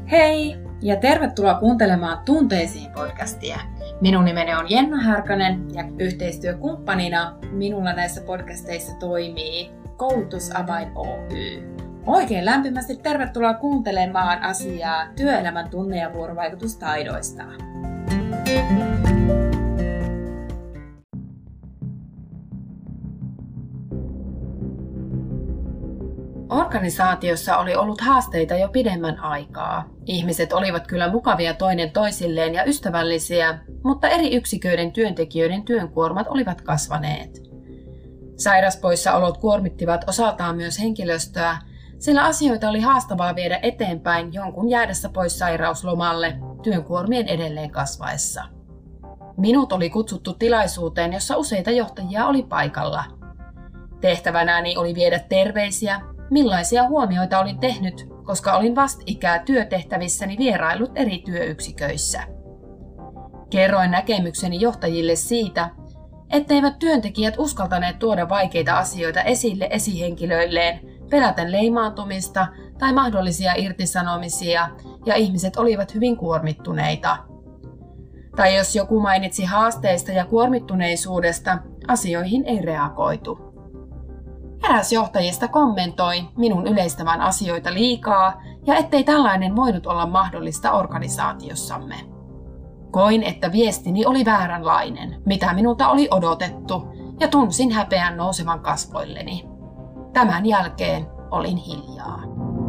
Hei ja tervetuloa kuuntelemaan Tunteisiin podcastia. Minun nimeni on Jenna Härkönen ja yhteistyökumppanina minulla näissä podcasteissa toimii Koulutusavain Oy. Oikein lämpimästi tervetuloa kuuntelemaan asiaa työelämän tunne- ja vuorovaikutustaidoista. Organisaatiossa oli ollut haasteita jo pidemmän aikaa. Ihmiset olivat kyllä mukavia toinen toisilleen ja ystävällisiä, mutta eri yksiköiden työntekijöiden työnkuormat olivat kasvaneet. Sairaspoissaolot kuormittivat osaltaan myös henkilöstöä, sillä asioita oli haastavaa viedä eteenpäin jonkun jäädessä pois sairauslomalle työnkuormien edelleen kasvaessa. Minut oli kutsuttu tilaisuuteen, jossa useita johtajia oli paikalla. Tehtävänäni oli viedä terveisiä, millaisia huomioita olin tehnyt, koska olin vastikää työtehtävissäni vierailut eri työyksiköissä. Kerroin näkemykseni johtajille siitä, etteivät työntekijät uskaltaneet tuoda vaikeita asioita esille esihenkilöilleen, peläten leimaantumista tai mahdollisia irtisanomisia, ja ihmiset olivat hyvin kuormittuneita. Tai jos joku mainitsi haasteista ja kuormittuneisuudesta, asioihin ei reagoitu. Eräs johtajista kommentoi minun yleistävän asioita liikaa ja ettei tällainen voinut olla mahdollista organisaatiossamme. Koin, että viestini oli vääränlainen, mitä minulta oli odotettu, ja tunsin häpeän nousevan kasvoilleni. Tämän jälkeen olin hiljaa.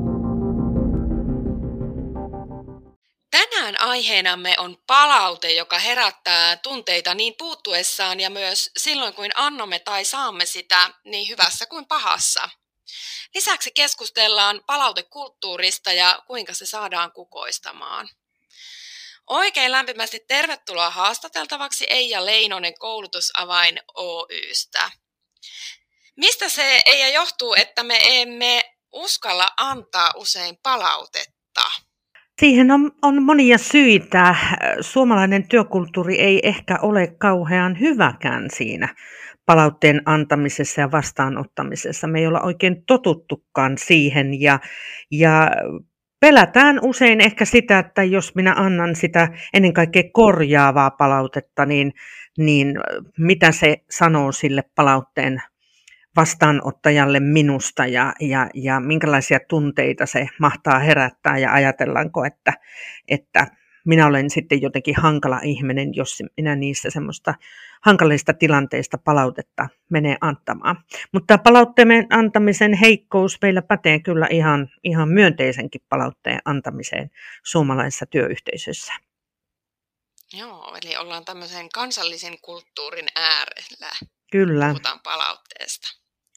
Tänään aiheenamme on palaute, joka herättää tunteita niin puuttuessaan ja myös silloin, kun annamme tai saamme sitä niin hyvässä kuin pahassa. Lisäksi keskustellaan palautekulttuurista ja kuinka se saadaan kukoistamaan. Oikein lämpimästi tervetuloa haastateltavaksi Eija Leinonen Koulutusavain Oystä. Mistä se Eija johtuu, että me emme uskalla antaa usein palautetta? Siihen on monia syitä. Suomalainen työkulttuuri ei ehkä ole kauhean hyväkään siinä palautteen antamisessa ja vastaanottamisessa. Me ei olla oikein totuttukaan siihen ja pelätään usein ehkä sitä, että jos minä annan sitä ennen kaikkea korjaavaa palautetta, niin mitä se sanoo sille palautteen vastaanottajalle minusta ja minkälaisia tunteita se mahtaa herättää ja ajatellaanko, että minä olen sitten jotenkin hankala ihminen, jos minä niissä semmoista hankalista tilanteista palautetta menee antamaan. Mutta palautteen antamisen heikkous meillä pätee kyllä ihan myönteisenkin palautteen antamiseen suomalaisessa työyhteisössä. Joo, eli ollaan tämmöisen kansallisen kulttuurin äärellä. Kyllä. Puhutaan palautteesta.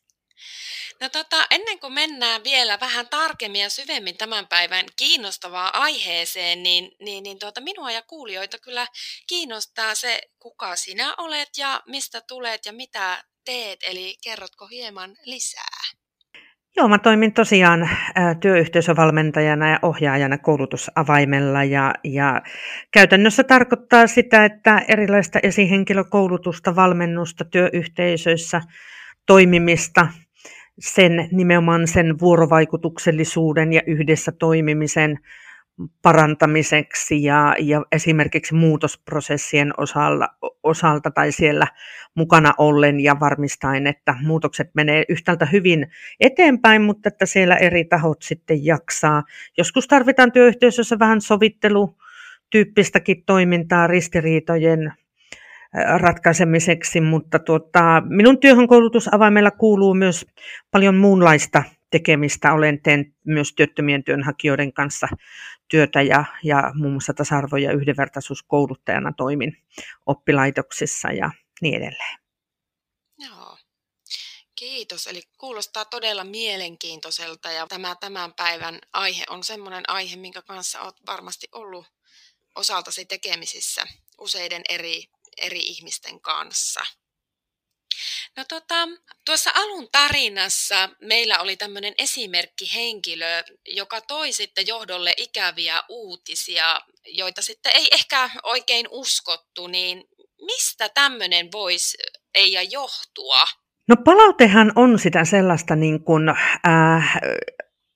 No ennen kuin mennään vielä vähän tarkemmin ja syvemmin tämän päivän kiinnostavaan aiheeseen, niin minua ja kuulijoita kyllä kiinnostaa se, kuka sinä olet ja mistä tulet ja mitä teet, eli kerrotko hieman lisää? Joo, mä toimin tosiaan työyhteisövalmentajana ja ohjaajana Koulutusavaimella ja käytännössä tarkoittaa sitä, että erilaista esihenkilökoulutusta, valmennusta työyhteisöissä, toimimista, nimenomaan sen vuorovaikutuksellisuuden ja yhdessä toimimisen parantamiseksi ja esimerkiksi muutosprosessien osalta tai siellä mukana ollen ja varmistaen, että muutokset menee yhtäältä hyvin eteenpäin, mutta että siellä eri tahot sitten jaksaa. Joskus tarvitaan työyhteisössä vähän sovittelutyyppistäkin toimintaa ristiriitojen ratkaisemiseksi, mutta minun työhön Koulutusavaimella kuuluu myös paljon muunlaista tekemistä. Teen myös työttömien työnhakijoiden kanssa työtä ja muun muassa tasa-arvo- ja yhdenvertaisuuskouluttajana toimin oppilaitoksissa ja niin edelleen. Joo. Kiitos. Eli kuulostaa todella mielenkiintoiselta ja tämän päivän aihe on semmoinen aihe, minkä kanssa olet varmasti ollut osaltasi tekemisissä useiden eri ihmisten kanssa. No tuossa alun tarinassa meillä oli tämmöinen esimerkkihenkilö, joka toi sitten johdolle ikäviä uutisia, joita sitten ei ehkä oikein uskottu, niin mistä tämmöinen voisi Eija johtua? No palautehan on sitä sellaista niin kuin,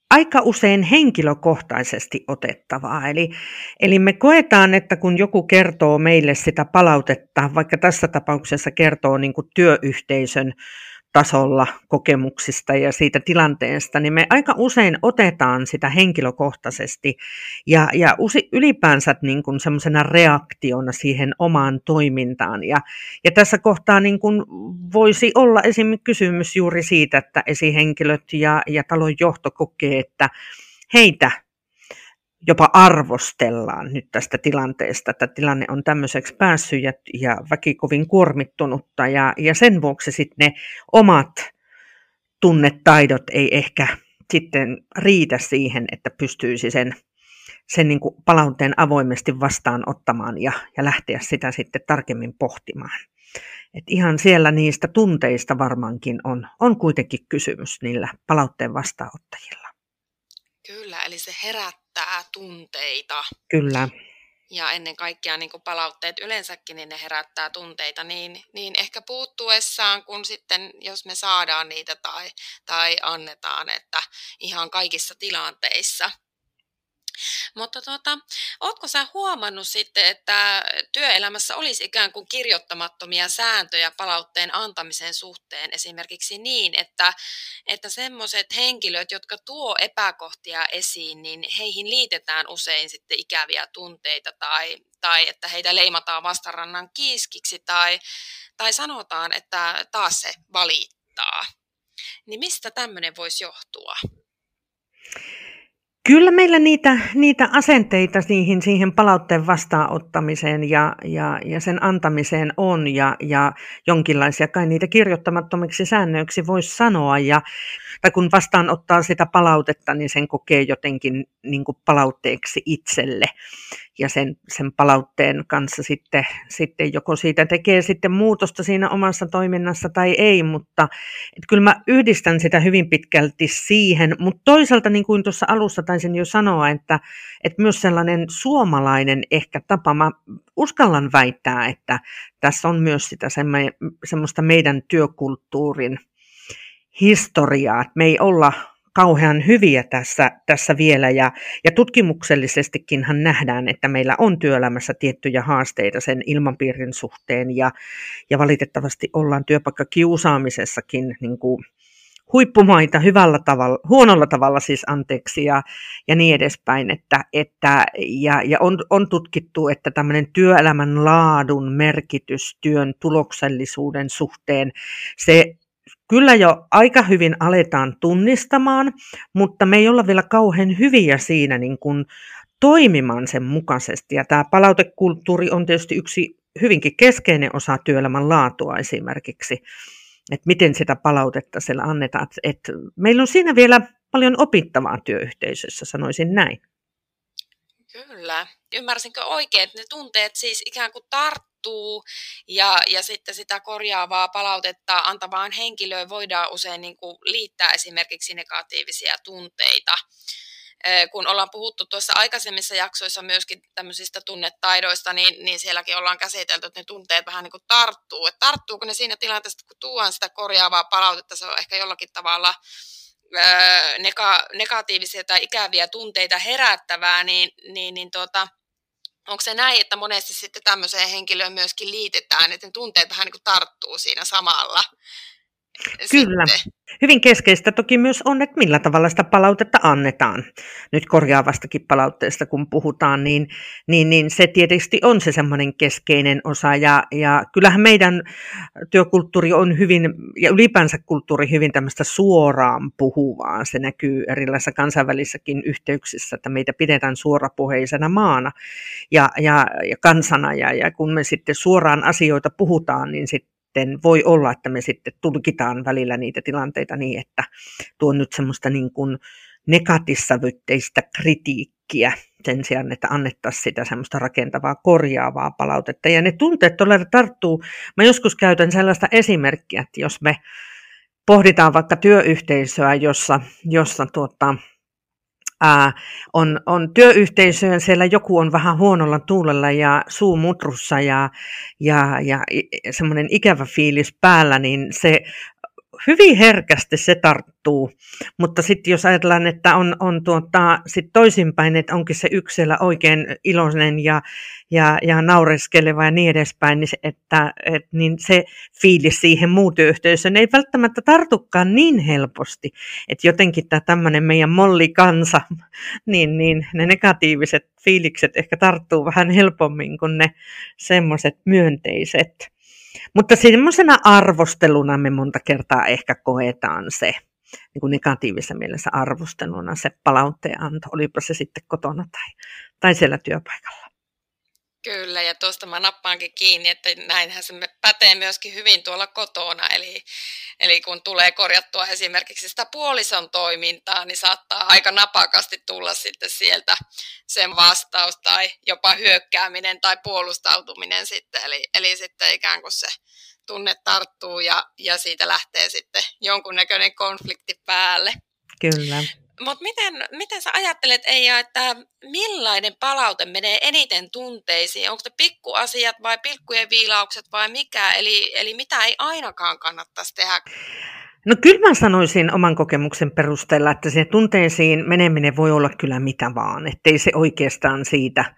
aika usein henkilökohtaisesti otettavaa. Eli me koetaan, että kun joku kertoo meille sitä palautetta, vaikka tässä tapauksessa kertoo niin kuin työyhteisön tasolla kokemuksista ja siitä tilanteesta, niin me aika usein otetaan sitä henkilökohtaisesti ja ylipäänsä niin kuin semmoisena reaktiona siihen omaan toimintaan. Ja tässä kohtaa niin kuin voisi olla esimerkiksi kysymys juuri siitä, että esihenkilöt ja talon johto kokee, että heitä jopa arvostellaan nyt tästä tilanteesta, että tilanne on tämmöiseksi päässyt ja väki kovin kuormittunutta ja sen vuoksi sitten ne omat tunnetaidot ei ehkä sitten riitä siihen, että pystyisi sen niin kuin palautteen avoimesti vastaanottamaan ja lähteä sitä sitten tarkemmin pohtimaan. Et ihan siellä niistä tunteista varmaankin on kuitenkin kysymys niillä palautteen vastaanottajilla. Kyllä, eli se herättää tunteita. Kyllä. Ja ennen kaikkea niin kuin palautteet yleensäkin, niin ne herättää tunteita niin ehkä puuttuessaan, kun sitten jos me saadaan niitä tai annetaan, että ihan kaikissa tilanteissa. Mutta ootko sä huomannut sitten, että työelämässä olisi ikään kuin kirjoittamattomia sääntöjä palautteen antamisen suhteen esimerkiksi niin, että semmoiset henkilöt, jotka tuo epäkohtia esiin, niin heihin liitetään usein sitten ikäviä tunteita tai että heitä leimataan vastarannan kiiskiksi tai sanotaan, että taas se valittaa. Niin mistä tämmöinen voisi johtua? Kyllä meillä niitä asenteita siihen palautteen vastaanottamiseen ja sen antamiseen on ja jonkinlaisia kai niitä kirjoittamattomiksi säännöiksi voisi sanoa. Tai kun vastaanottaa sitä palautetta, niin sen kokee jotenkin niin kuin palautteeksi itselle. Ja sen palautteen kanssa sitten joko siitä tekee sitten muutosta siinä omassa toiminnassa tai ei, mutta kyllä mä yhdistän sitä hyvin pitkälti siihen, mutta toisaalta niin kuin tuossa alussa taisin jo sanoa, että myös sellainen suomalainen ehkä tapa, mä uskallan väittää, että tässä on myös sitä semmoista meidän työkulttuurin historiaa, että me ei olla kauhean hyviä tässä vielä ja tutkimuksellisestikinhan nähdään, että meillä on työelämässä tiettyjä haasteita sen ilmapiirin suhteen ja valitettavasti ollaan työpaikkakiusaamisessakin niin kuin huippumaita hyvällä tavalla, huonolla tavalla siis anteeksi ja niin edespäin, ja on tutkittu, että tämmöinen työelämän laadun merkitys työn tuloksellisuuden suhteen, se kyllä jo aika hyvin aletaan tunnistamaan, mutta me ei olla vielä kauhean hyviä siinä niin kuin toimimaan sen mukaisesti. Ja tämä palautekulttuuri on tietysti yksi hyvinkin keskeinen osa työelämän laatua esimerkiksi, että miten sitä palautetta siellä annetaan. Että meillä on siinä vielä paljon opittavaa työyhteisössä, sanoisin näin. Kyllä. Ymmärsinkö oikein, että ne tunteet siis ikään kuin tarttuu ja sitten sitä korjaavaa palautetta antavaan henkilöön voidaan usein niin kuin liittää esimerkiksi negatiivisia tunteita. Kun ollaan puhuttu tuossa aikaisemmissa jaksoissa myöskin tämmöisistä tunnetaidoista, niin sielläkin ollaan käsitelty, että ne tunteet vähän niin kuin tarttuu. Että tarttuuko ne siinä tilanteessa, kun tuodaan sitä korjaavaa palautetta, se on ehkä jollakin tavalla negatiivisia tai ikäviä tunteita herättävää, onko se näin, että monesti sitten tämmöiseen henkilöön myöskin liitetään, että ne tunteet vähän niin kuin tarttuu siinä samalla? Kyllä. Sitten. Hyvin keskeistä toki myös on, että millä tavalla sitä palautetta annetaan. Nyt korjaavastakin palautteesta kun puhutaan, niin se tietysti on se semmoinen keskeinen osa. Ja kyllähän meidän työkulttuuri on hyvin, ja ylipäänsä kulttuuri hyvin tämmöistä suoraan puhuvaa. Se näkyy erilaisissa kansainvälisissäkin yhteyksissä, että meitä pidetään suorapuheisena maana ja kansana. Ja kun me sitten suoraan asioita puhutaan, niin sitten voi olla, että me sitten tulkitaan välillä niitä tilanteita niin, että tuo nyt semmoista niin kuin negatiivissävytteistä kritiikkiä sen sijaan, että annettaisiin sitä semmoista rakentavaa, korjaavaa palautetta. Ja ne tunteet todella tarttuu. Mä joskus käytän sellaista esimerkkiä, että jos me pohditaan vaikka työyhteisöä, jossa on työyhteisöön, siellä joku on vähän huonolla tuulella ja suu mutrussa ja semmoinen ikävä fiilis päällä, niin se hyvin herkästi se tarttuu, mutta sitten jos ajatellaan, että on sit toisinpäin, että onkin se yksi siellä oikein iloinen ja naureskeleva ja niin edespäin, niin se fiilis siihen muun työyhteisöön ei välttämättä tartukaan niin helposti, että jotenkin tämä tämmöinen meidän mollikansa, niin ne negatiiviset fiilikset ehkä tarttuu vähän helpommin kuin ne semmoiset myönteiset. Mutta semmoisena arvosteluna me monta kertaa ehkä koetaan se, niin kuin negatiivisessa mielessä arvosteluna se palautteenanto, olipa se sitten kotona tai siellä työpaikalla. Kyllä, ja tuosta mä nappaankin kiinni, että näinhän se pätee myöskin hyvin tuolla kotona, eli kun tulee korjattua esimerkiksi sitä puolison toimintaa, niin saattaa aika napakasti tulla sitten sieltä sen vastaus tai jopa hyökkääminen tai puolustautuminen sitten, eli sitten ikään kuin se tunne tarttuu ja siitä lähtee sitten jonkunnäköinen konflikti päälle. Kyllä. Mutta miten sä ajattelet, Eija, että millainen palaute menee eniten tunteisiin? Onko se pikkuasiat vai pilkkujen viilaukset vai mikä? Eli mitä ei ainakaan kannattaisi tehdä? No kyllä mä sanoisin oman kokemuksen perusteella, että se tunteisiin meneminen voi olla kyllä mitä vaan. Ettei se oikeastaan siitä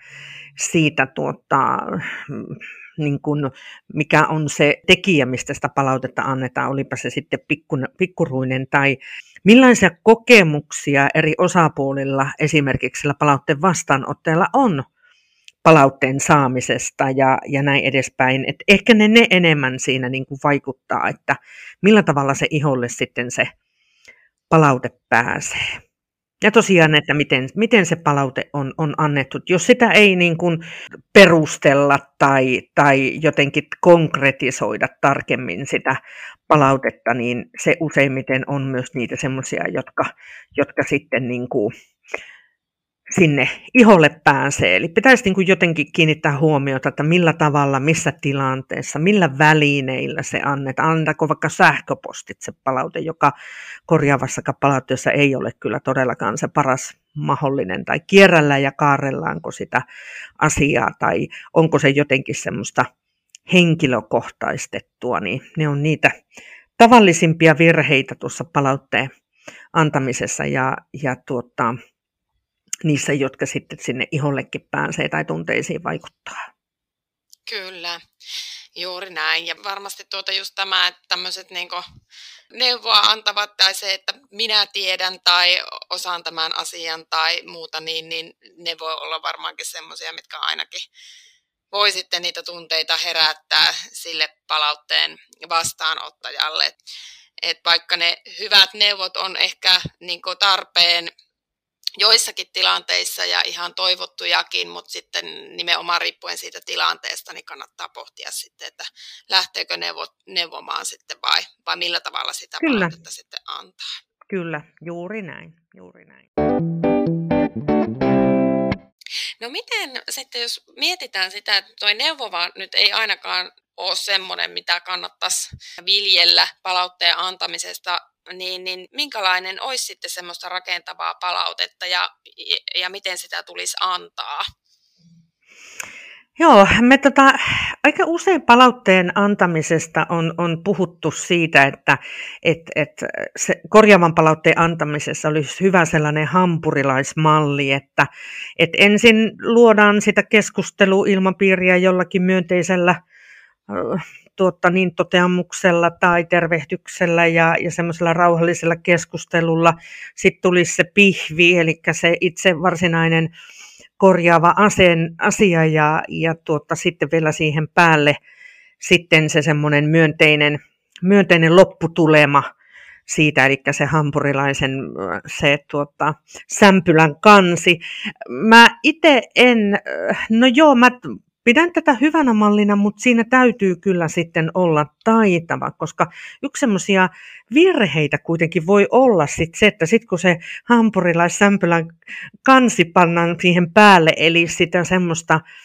niin kuin mikä on se tekijä, mistä sitä palautetta annetaan, olipa se sitten pikkuruinen tai millaisia kokemuksia eri osapuolilla esimerkiksi sillä palautteen vastaanottajalla on palautteen saamisesta ja näin edespäin. Et ehkä ne enemmän siinä niin kuin vaikuttaa, että millä tavalla se iholle sitten se palaute pääsee. Ja tosiaan, että miten se palaute on annettu. Jos sitä ei niin kuin perustella tai jotenkin konkretisoida tarkemmin sitä palautetta, niin se useimmiten on myös niitä semmoisia, jotka sitten niin kuin sinne iholle pääsee. Eli pitäisi niin kuin jotenkin kiinnittää huomiota, että millä tavalla, missä tilanteessa, millä välineillä se annetaan. Annetaanko vaikka sähköpostitse palaute, joka korjaavassa palautteessa ei ole kyllä todellakaan se paras mahdollinen, tai kierrällään ja kaarrellaanko sitä asiaa, tai onko se jotenkin semmoista henkilökohtaistettua, niin ne on niitä tavallisimpia virheitä tuossa palautteen antamisessa ja niissä, jotka sitten sinne ihollekin pääsee tai tunteisiin vaikuttaa. Kyllä, juuri näin. Ja varmasti just tämä, että tämmöiset niinku neuvoa antavat tai se, että minä tiedän tai osaan tämän asian tai muuta, niin ne voi olla varmaankin semmoisia, mitkä ainakin voi sitten niitä tunteita herättää sille palautteen vastaanottajalle. Et vaikka ne hyvät neuvot on ehkä niinku tarpeen joissakin tilanteissa ja ihan toivottujakin, mutta sitten nimenomaan riippuen siitä tilanteesta, niin kannattaa pohtia sitten, että lähteekö neuvomaan sitten vai millä tavalla sitä palautetta sitten antaa. Kyllä, juuri näin. No miten sitten, jos mietitään sitä, että tuo neuvova nyt ei ainakaan ole semmoinen, mitä kannattaisi viljellä palautteen antamisesta, niin minkälainen olisi sitten semmoista rakentavaa palautetta ja miten sitä tulisi antaa? Joo, me aika usein palautteen antamisesta on puhuttu siitä, että se korjaavan palautteen antamisessa olisi hyvä sellainen hampurilaismalli, että ensin luodaan sitä keskusteluilmapiiriä jollakin myönteisellä toteamuksella tai tervehdyksellä ja semmoisella rauhallisella keskustelulla. Sitten tulisi se pihvi, eli se itse varsinainen korjaava asia ja sitten vielä siihen päälle sitten se semmoinen myönteinen lopputulema siitä, eli se hampurilaisen sämpylän kansi. Mä itse mä pidän tätä hyvänä mallina, mutta siinä täytyy kyllä sitten olla taitava, koska yksi semmoisia virheitä kuitenkin voi olla se, että sitten kun se hampurilaissämpylän kansi pannaan siihen päälle, eli sitä semmoista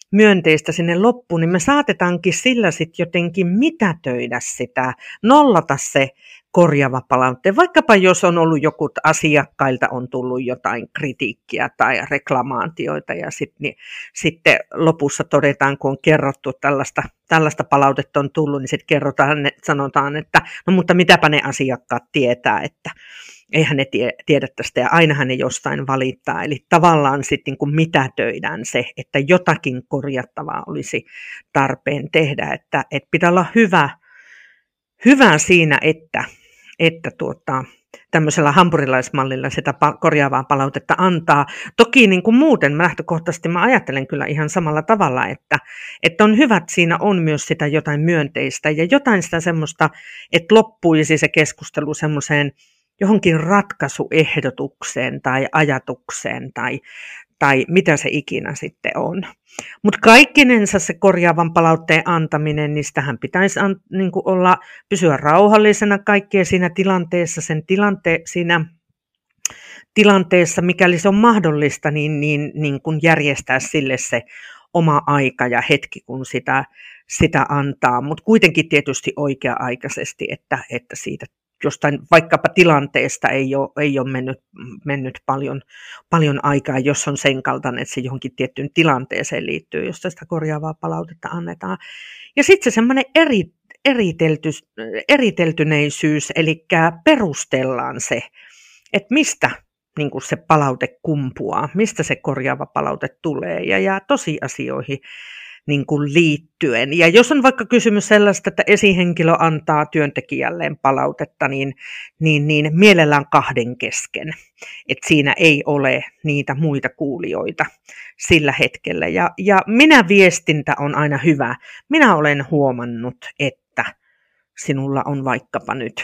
myönteistä sinne loppuun, niin me saatetaankin sillä sitten jotenkin mitätöidä sitä, nollata se korjaava palaute. Vaikkapa jos on ollut joku asiakkailta on tullut jotain kritiikkiä tai reklamaatioita ja sitten lopussa todetaan, kun on kerrottu tällaista palautetta on tullut, niin sitten sanotaan, että no mutta mitäpä ne asiakkaat tietää, että eihän ne tiedä tästä ja ainahan ne jostain valittaa. Eli tavallaan sitten niin mitätöidään se, että jotakin korjattavaa olisi tarpeen tehdä, että pitää olla hyvä siinä, että tämmöisellä hampurilaismallilla sitä korjaavaa palautetta antaa. Toki niin kuin muuten lähtökohtaisesti mä ajattelen kyllä ihan samalla tavalla, että on hyvä, että siinä on myös sitä jotain myönteistä ja jotain sitä semmoista, että loppuisi se keskustelu semmoiseen johonkin ratkaisuehdotukseen tai ajatukseen tai mitä se ikinä sitten on. Mutta kaikkinensa se korjaavan palautteen antaminen, niin sitähän pitäisi niin kuin pysyä rauhallisena kaikkea siinä tilanteessa, siinä tilanteessa, mikäli se on mahdollista, niin kuin järjestää sille se oma aika ja hetki, kun sitä antaa, mutta kuitenkin tietysti oikea-aikaisesti, että siitä jostain vaikkapa tilanteesta ei ole mennyt paljon aikaa, jos on sen kaltainen, että se johonkin tiettyyn tilanteeseen liittyy, josta sitä korjaavaa palautetta annetaan. Ja sitten se semmoinen eriteltyneisyys, eli perustellaan se, että mistä niin kuin se palaute kumpuaa, mistä se korjaava palaute tulee ja tosiasioihin niin kuin liittyen. Ja jos on vaikka kysymys sellaista, että esihenkilö antaa työntekijälleen palautetta, niin mielellään kahden kesken. Että siinä ei ole niitä muita kuulijoita sillä hetkellä. Ja minä viestintä on aina hyvä. Minä olen huomannut, että sinulla on vaikkapa nyt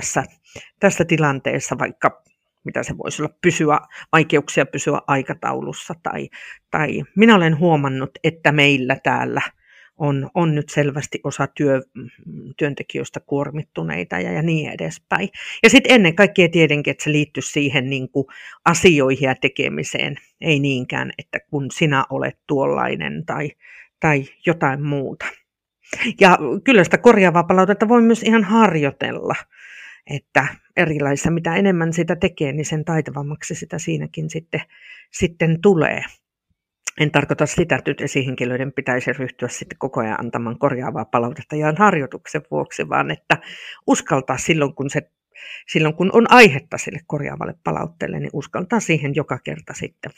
tässä tilanteessa vaikka mitä se voisi olla, vaikeuksia pysyä aikataulussa, tai minä olen huomannut, että meillä täällä on nyt selvästi osa työntekijöistä kuormittuneita ja niin edespäin. Ja sitten ennen kaikkea tietenkin, että se liittyy siihen niin kuin asioihin ja tekemiseen, ei niinkään, että kun sinä olet tuollainen tai jotain muuta. Ja kyllä sitä korjaavaa palautetta voi myös ihan harjoitella, että erilaisissa, mitä enemmän sitä tekee, niin sen taitavammaksi sitä siinäkin sitten tulee. En tarkoita sitä, että nyt esihenkilöiden pitäisi ryhtyä sitten koko ajan antamaan korjaavaa palautetta ihan harjoituksen vuoksi, vaan että uskaltaa silloin kun on aihetta sille korjaavalle palautteelle, niin uskaltaa siihen joka kerta sitten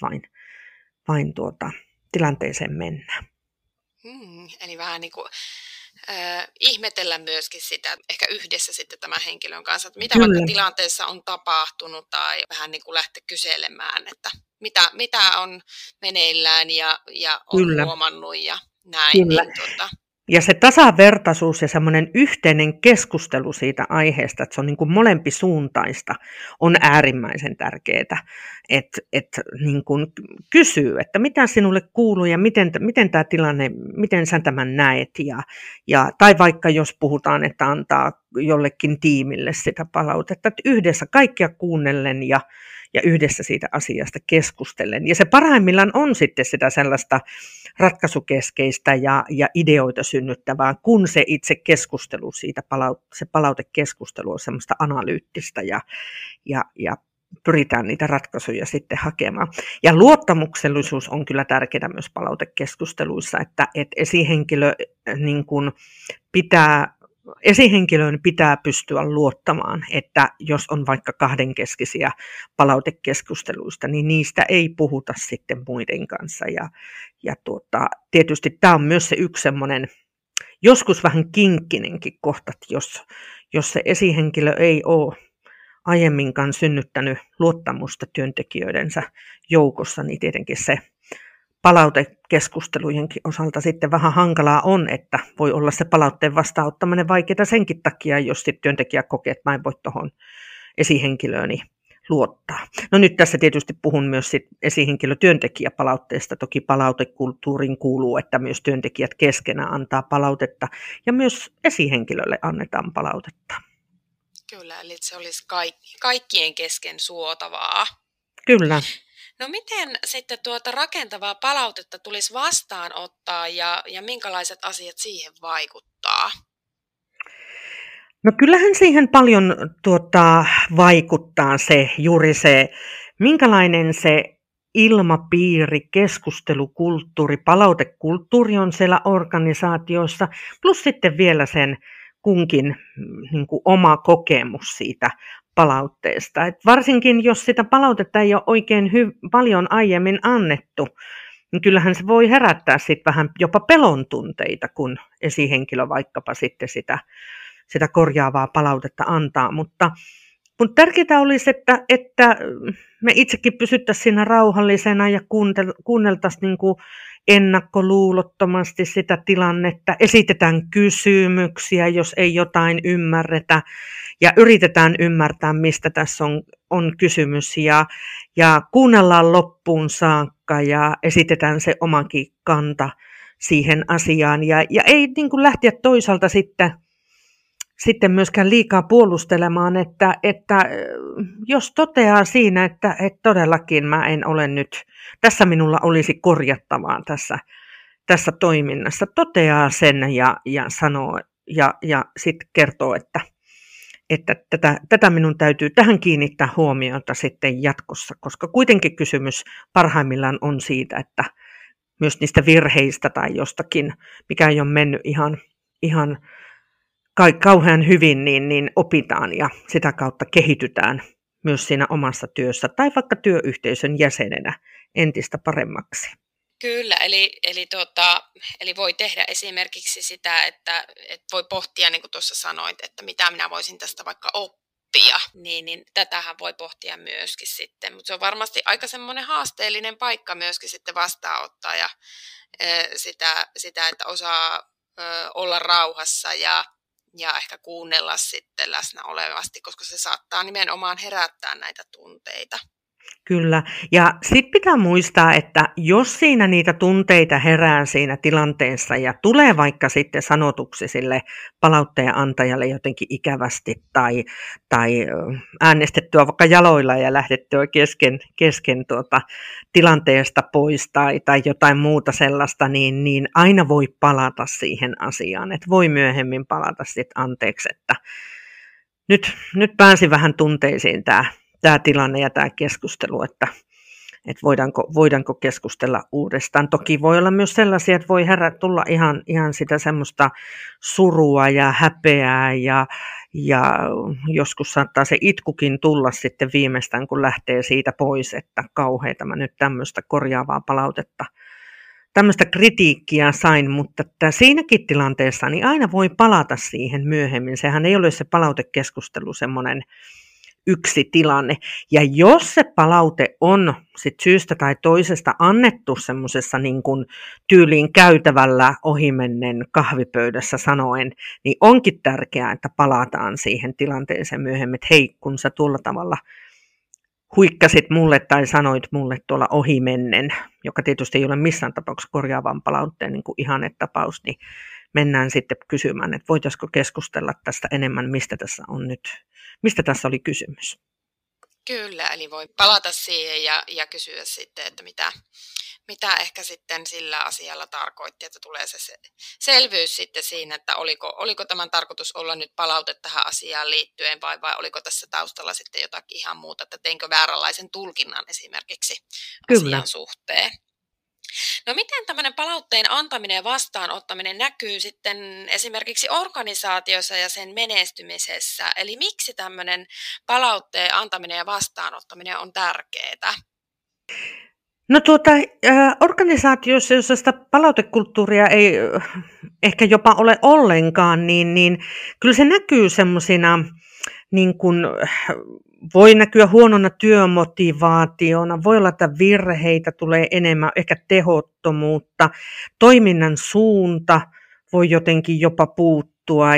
vain tilanteeseen mennä. Eli vähän niin kuin ihmetellä myöskin sitä, ehkä yhdessä sitten tämän henkilön kanssa, että mitä vaikka tilanteessa on tapahtunut tai vähän niin kuin lähteä kyselemään, että mitä on meneillään ja on huomannut ja näin. Kyllä. Ja se tasavertaisuus ja semmoinen yhteinen keskustelu siitä aiheesta, että se on niin kuin molempisuuntaista, on äärimmäisen tärkeää. Että niin kuin kysyy, että mitä sinulle kuuluu ja miten tämä tilanne, miten sä tämän näet. Tai vaikka jos puhutaan, että antaa jollekin tiimille sitä palautetta, että yhdessä kaikkia kuunnellen ja yhdessä siitä asiasta keskustellen. Ja se parhaimmillaan on sitten sitä sellaista ratkaisukeskeistä ja ideoita synnyttävää, kun se itse keskustelu siitä, se palautekeskustelu on semmoista analyyttistä ja pyritään niitä ratkaisuja sitten hakemaan. Ja luottamuksellisuus on kyllä tärkeää myös palautekeskusteluissa, että esihenkilö niin kuin esihenkilön pitää pystyä luottamaan, että jos on vaikka kahdenkeskisiä palautekeskusteluista, niin niistä ei puhuta sitten muiden kanssa. Ja tietysti tämä on myös se yksi semmoinen joskus vähän kinkkinenkin kohta, jos se esihenkilö ei ole aiemminkaan synnyttänyt luottamusta työntekijöidensä joukossa, niin tietenkin se palautekeskustelujenkin osalta sitten vähän hankalaa on, että voi olla se palautteen vastaanottaminen vaikeaa senkin takia, jos sitten työntekijä kokee, että mä en voi tuohon esihenkilööni luottaa. No nyt tässä tietysti puhun myös esihenkilötyöntekijäpalautteesta. Toki palautekulttuuriin kuuluu, että myös työntekijät keskenään antaa palautetta ja myös esihenkilölle annetaan palautetta. Kyllä, eli se olisi kaikkien kesken suotavaa. Kyllä. No miten sitten tuota rakentavaa palautetta tulisi vastaanottaa ja minkälaiset asiat siihen vaikuttaa? No kyllähän siihen paljon vaikuttaa juuri se, minkälainen se ilmapiiri, keskustelukulttuuri, palautekulttuuri on siellä organisaatiossa, plus sitten vielä sen kunkin niin kuin oma kokemus siitä palautteesta. Et varsinkin jos sitä palautetta ei ole oikein paljon aiemmin annettu, niin kyllähän se voi herättää sitten vähän jopa pelon tunteita, kun esihenkilö vaikkapa sitten sitä korjaavaa palautetta antaa, mutta tärkeää olisi, että me itsekin pysyttäisiin siinä rauhallisena ja kuunneltaisiin niin kuin ennakkoluulottomasti sitä tilannetta, esitetään kysymyksiä, jos ei jotain ymmärretä, ja yritetään ymmärtää, mistä tässä on kysymys, ja kuunnellaan loppuun saakka, ja esitetään se omakin kanta siihen asiaan, ja ei niin kuin lähteä toisaalta sitten myöskään liikaa puolustelemaan, että jos toteaa siinä, että todellakin mä en ole nyt, tässä minulla olisi korjattavaa tässä toiminnassa, toteaa sen ja sanoo ja sitten kertoo, että tätä minun täytyy tähän kiinnittää huomiota sitten jatkossa, koska kuitenkin kysymys parhaimmillaan on siitä, että myös niistä virheistä tai jostakin, mikä ei ole mennyt ihan kauhean hyvin, niin opitaan ja sitä kautta kehitytään myös siinä omassa työssä tai vaikka työyhteisön jäsenenä entistä paremmaksi. Kyllä, eli voi tehdä esimerkiksi sitä, että voi pohtia, niin kuin tuossa sanoit, että mitä minä voisin tästä vaikka oppia, niin tätähän voi pohtia myöskin sitten, mutta se on varmasti aika semmoinen haasteellinen paikka myöskin sitten vastaanottaa ja sitä, että osaa olla rauhassa ja ehkä kuunnella sitten läsnä olevasti, koska se saattaa nimenomaan herättää näitä tunteita. Kyllä, ja sitten pitää muistaa, että jos siinä niitä tunteita herää siinä tilanteessa ja tulee vaikka sitten sanotuksi sille palautteen antajalle jotenkin ikävästi tai äänestettyä vaikka jaloilla ja lähdettyä kesken tilanteesta pois tai jotain muuta sellaista, niin aina voi palata siihen asiaan, että voi myöhemmin palata sitten anteeksi, että nyt pääsi vähän tunteisiin tämä tilanne ja tämä keskustelu, että voidaanko keskustella uudestaan. Toki voi olla myös sellaisia, että voi tulla ihan sitä semmoista surua ja häpeää ja joskus saattaa se itkukin tulla sitten viimeistään, kun lähtee siitä pois, että kauheeta mä nyt tämmöistä korjaavaa palautetta, tämmöistä kritiikkiä sain, mutta siinäkin tilanteessa niin aina voi palata siihen myöhemmin. Sehän ei ole se palautekeskustelu semmoinen yksi tilanne. Ja jos se palaute on sit syystä tai toisesta annettu semmoisessa niin kuin tyyliin käytävällä ohimennen kahvipöydässä sanoen, niin onkin tärkeää, että palataan siihen tilanteeseen myöhemmin, että hei, kun sä tuolla tavalla huikkasit mulle tai sanoit mulle tuolla ohimennen, joka tietysti ei ole missään tapauksessa korjaavan palautteen niin kuin ihannetapaus, niin mennään sitten kysymään, että voitaisiko keskustella tästä enemmän, mistä tässä oli kysymys. Kyllä, eli voi palata siihen ja kysyä sitten, että mitä ehkä sitten sillä asialla tarkoitti, että tulee se selvyys sitten siinä, että oliko tämän tarkoitus olla nyt palaute tähän asiaan liittyen vai oliko tässä taustalla sitten jotakin ihan muuta, että teinkö vääränlaisen tulkinnan esimerkiksi asian suhteen. No miten tämmöinen palautteen antaminen ja vastaanottaminen näkyy sitten esimerkiksi organisaatiossa ja sen menestymisessä? Eli miksi tämmöinen palautteen antaminen ja vastaanottaminen on tärkeää? No organisaatiossa, jossa sitä palautekulttuuria ei ehkä jopa ole ollenkaan, niin kyllä se näkyy semmoisina niin kuin voi näkyä huonona työmotivaationa, voi olla, että virheitä tulee enemmän, ehkä tehottomuutta, toiminnan suunta voi jotenkin jopa puuttua muuttua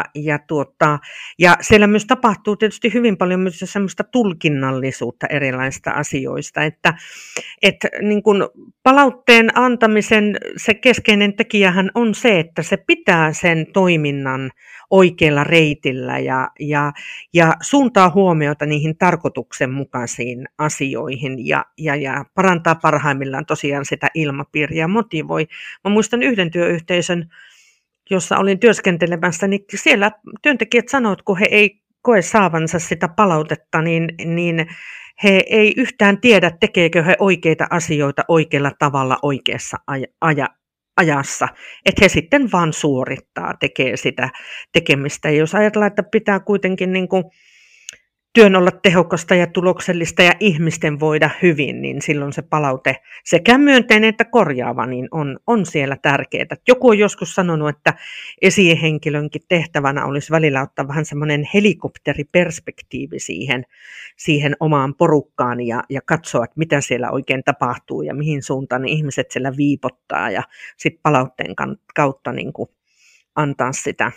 ja siellä myös tapahtuu tietysti hyvin paljon myös semmoista tulkinnallisuutta erilaisista asioista, että niin kuin palautteen antamisen se keskeinen tekijähän on se, että se pitää sen toiminnan oikealla reitillä ja suuntaa huomiota niihin tarkoituksenmukaisiin asioihin ja parantaa parhaimmillaan tosiaan sitä ilmapiiriä ja motivoi. Mä muistan yhden työyhteisön, jossa olin työskentelemässä, niin siellä työntekijät sanoivat, kun he ei koe saavansa sitä palautetta, niin he ei yhtään tiedä, tekeekö he oikeita asioita oikealla tavalla oikeassa ajassa, että he sitten vaan suorittaa, tekee sitä tekemistä. Ja jos ajatellaan, että pitää kuitenkin niin kuin työn olla tehokasta ja tuloksellista ja ihmisten voida hyvin, niin silloin se palaute sekä myönteinen että korjaava niin on siellä tärkeää. Joku on joskus sanonut, että esihenkilönkin tehtävänä olisi välillä ottaa vähän semmoinen helikopteriperspektiivi siihen omaan porukkaan ja katsoa, että mitä siellä oikein tapahtuu ja mihin suuntaan ne ihmiset siellä viipottaa ja sitten palautteen kautta niin kuin antaa sitä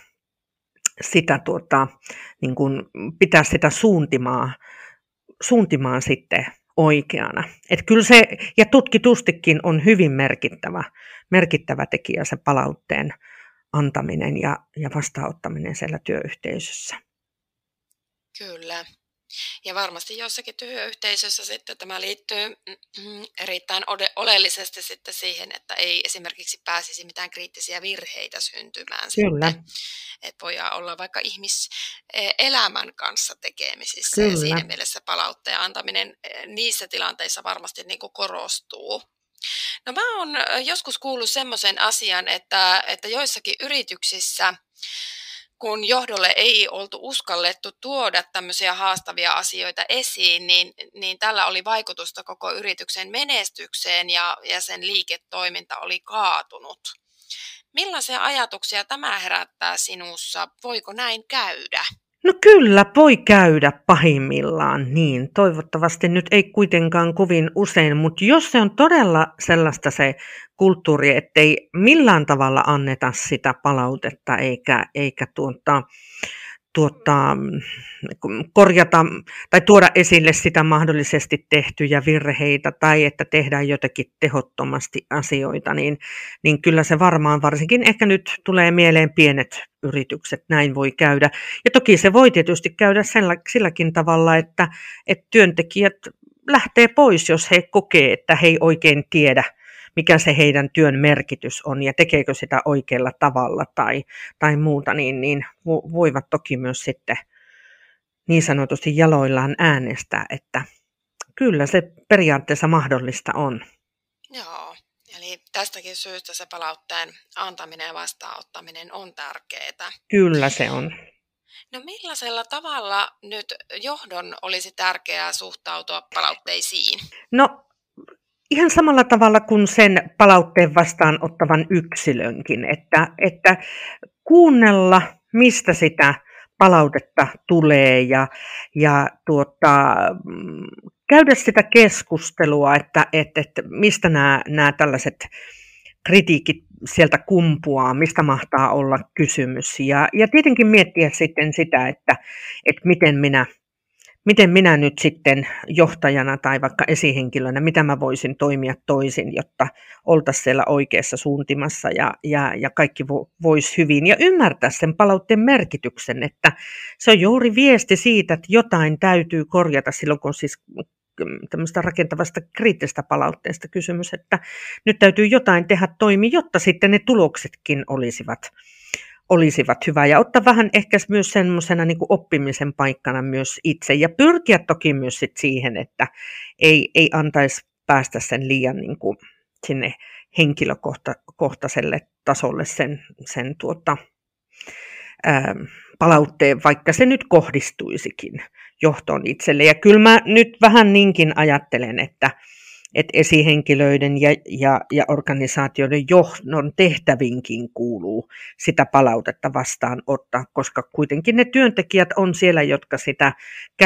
niin kuin pitää sitä suuntimaa sitten oikeana. Et kyllä se, ja tutkitustikin on hyvin merkittävä tekijä se palautteen antaminen ja vastaanottaminen siellä työyhteisössä. Kyllä. Ja varmasti jossakin työyhteisössä sitten tämä liittyy erittäin oleellisesti sitten siihen, että ei esimerkiksi pääsisi mitään kriittisiä virheitä syntymään. Kyllä. Sitten. Että voidaan olla vaikka ihmiselämän kanssa tekemisissä. Kyllä. Ja siinä mielessä palautteen antaminen niissä tilanteissa varmasti niin kuin korostuu. No mä oon joskus kuullut semmoisen asian, että joissakin yrityksissä, kun johdolle ei oltu uskallettu tuoda tämmöisiä haastavia asioita esiin, niin tällä oli vaikutusta koko yrityksen menestykseen ja sen liiketoiminta oli kaatunut. Millaisia ajatuksia tämä herättää sinussa? Voiko näin käydä? No kyllä, voi käydä pahimmillaan niin. Toivottavasti nyt ei kuitenkaan kovin usein, mutta jos se on todella sellaista se kulttuuri, ettei millään tavalla anneta sitä palautetta eikä korjata tai tuoda esille sitä mahdollisesti tehtyjä virheitä tai että tehdään jotenkin tehottomasti asioita, niin kyllä se varmaan varsinkin ehkä nyt tulee mieleen pienet yritykset, näin voi käydä. Ja toki se voi tietysti käydä silläkin tavalla, että työntekijät lähtee pois, jos he kokee, että he ei oikein tiedä, mikä se heidän työn merkitys on ja tekeekö sitä oikealla tavalla tai muuta, niin voivat toki myös sitten niin sanotusti jaloillaan äänestää, että kyllä se periaatteessa mahdollista on. Joo, eli tästäkin syystä se palautteen antaminen ja vastaanottaminen on tärkeää. Kyllä se on. No millaisella tavalla nyt johdon olisi tärkeää suhtautua palautteisiin? No ihan samalla tavalla kuin sen palautteen vastaanottavan yksilönkin, että kuunnella, mistä sitä palautetta tulee ja käydä sitä keskustelua, että mistä nämä tällaiset kritiikit sieltä kumpuaa, mistä mahtaa olla kysymys ja tietenkin miettiä sitten sitä, että miten minä nyt sitten johtajana tai vaikka esihenkilönä, mitä mä voisin toimia toisin, jotta oltaisiin siellä oikeassa suuntimassa ja kaikki voisi hyvin. Ja ymmärtää sen palautteen merkityksen, että se on juuri viesti siitä, että jotain täytyy korjata silloin, kun siis tämmöistä rakentavasta kriittisestä palautteesta kysymys, että nyt täytyy jotain tehdä toimi, jotta sitten ne tuloksetkin olisivat hyvä ja ottaa vähän ehkä myös semmoisena niin kuin oppimisen paikkana myös itse ja pyrkiä toki myös sit siihen, että ei antaisi päästä sen liian niin kuin sinne henkilökohtaiselle tasolle sen palautteen, vaikka se nyt kohdistuisikin johtoon itselle. Ja kyllä mä nyt vähän niinkin ajattelen, että esihenkilöiden ja organisaatioiden johdon tehtävinkin kuuluu sitä palautetta vastaanottaa, koska kuitenkin ne työntekijät on siellä, jotka sitä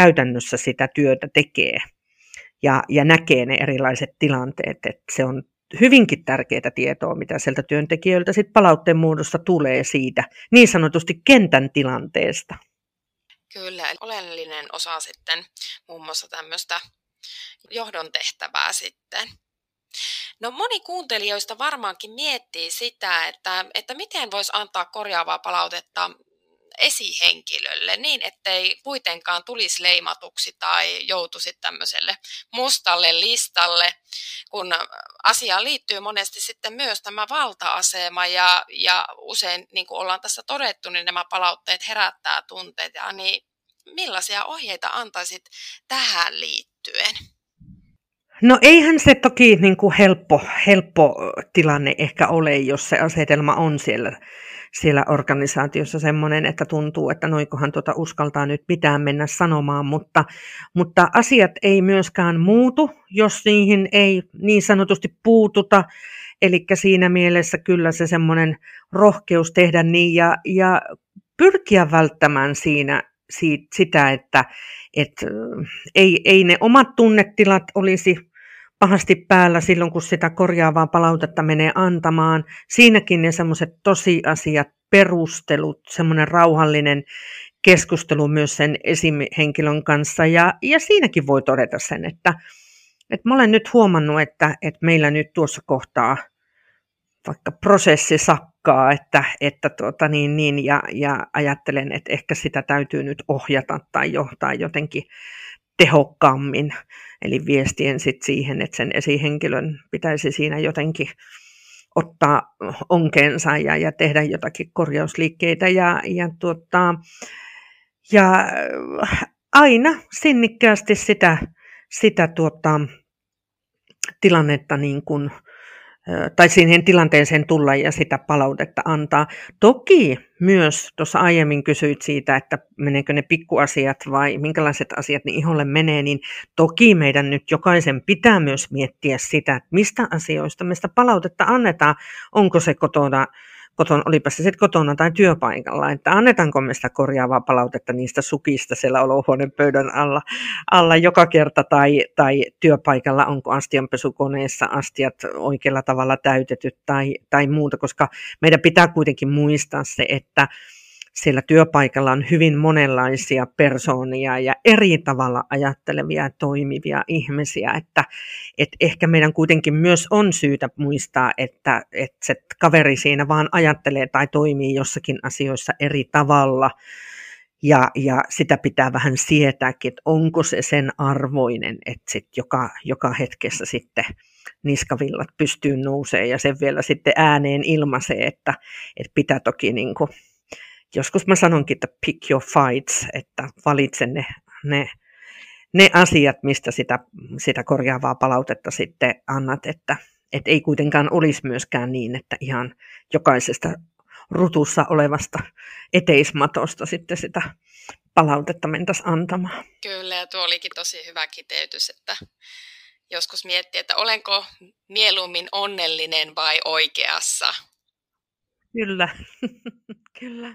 käytännössä sitä työtä tekee ja näkee ne erilaiset tilanteet. Että se on hyvinkin tärkeää tietoa, mitä sieltä työntekijöiltä sit palautteen muodossa tulee siitä niin sanotusti kentän tilanteesta. Kyllä, oleellinen osa sitten muun muassa tämmöistä johdon tehtävää sitten. No moni kuuntelijoista varmaankin miettii sitä, että miten voisi antaa korjaavaa palautetta esihenkilölle niin, ettei kuitenkaan tulisi leimatuksi tai joutuisi tämmöiselle mustalle listalle, kun asiaan liittyy monesti sitten myös tämä valta-asema ja usein, niin kuin ollaan tässä todettu, niin nämä palautteet herättää tunteita, niin millaisia ohjeita antaisit tähän liittyen? No eihän se toki niin kuin helppo tilanne ehkä ole, jos se asetelma on siellä organisaatiossa semmoinen, että tuntuu, että noinkohan uskaltaa nyt mitään mennä sanomaan, mutta asiat ei myöskään muutu, jos niihin ei niin sanotusti puututa. Eli siinä mielessä kyllä se semmoinen rohkeus tehdä niin ja pyrkiä välttämään sitä, että ei ne omat tunnetilat olisi pahasti päällä silloin, kun sitä korjaavaa palautetta menee antamaan. Siinäkin ne semmoiset tosiasiat, perustelut, semmoinen rauhallinen keskustelu myös sen esihenkilön kanssa. Ja siinäkin voi todeta sen, että mä olen nyt huomannut, että meillä nyt tuossa kohtaa vaikka prosessi sakkaa, ja ajattelen, että ehkä sitä täytyy nyt ohjata tai johtaa jotenkin tehokkaammin. Eli viestien sitten siihen, että sen esihenkilön pitäisi siinä jotenkin ottaa onkeensa ja tehdä jotakin korjausliikkeitä ja aina sinnikkäästi sitä tilannetta niin kuin tai siihen tilanteeseen tulla ja sitä palautetta antaa. Toki myös tuossa aiemmin kysyit siitä, että meneekö ne pikkuasiat vai minkälaiset asiat niin iholle menee, niin toki meidän nyt jokaisen pitää myös miettiä sitä, että mistä asioista me sitä palautetta annetaan, onko se kotona, olipa se sitten kotona tai työpaikalla, että annetaanko me sitä korjaavaa palautetta niistä sukista siellä olohuoneen pöydän alla joka kerta tai työpaikalla, onko astianpesukoneessa astiat oikealla tavalla täytetyt tai muuta, koska meidän pitää kuitenkin muistaa se, että siellä työpaikalla on hyvin monenlaisia persoonia ja eri tavalla ajattelevia ja toimivia ihmisiä, että ehkä meidän kuitenkin myös on syytä muistaa, että se kaveri siinä vaan ajattelee tai toimii jossakin asioissa eri tavalla ja sitä pitää vähän sietääkin, että onko se sen arvoinen, että sit joka hetkessä sitten niskavillat pystyyn nousee ja sen vielä sitten ääneen ilmaisee, että pitää toki niin kuin joskus mä sanonkin, että pick your fights, että valitse ne asiat, mistä sitä korjaavaa palautetta sitten annat, että ei kuitenkaan olisi myöskään niin, että ihan jokaisesta rutussa olevasta eteismatosta sitten sitä palautetta mentäisiin antamaan. Kyllä, ja tuo olikin tosi hyvä kiteytys, että joskus miettii, että olenko mieluummin onnellinen vai oikeassa. Kyllä, kyllä.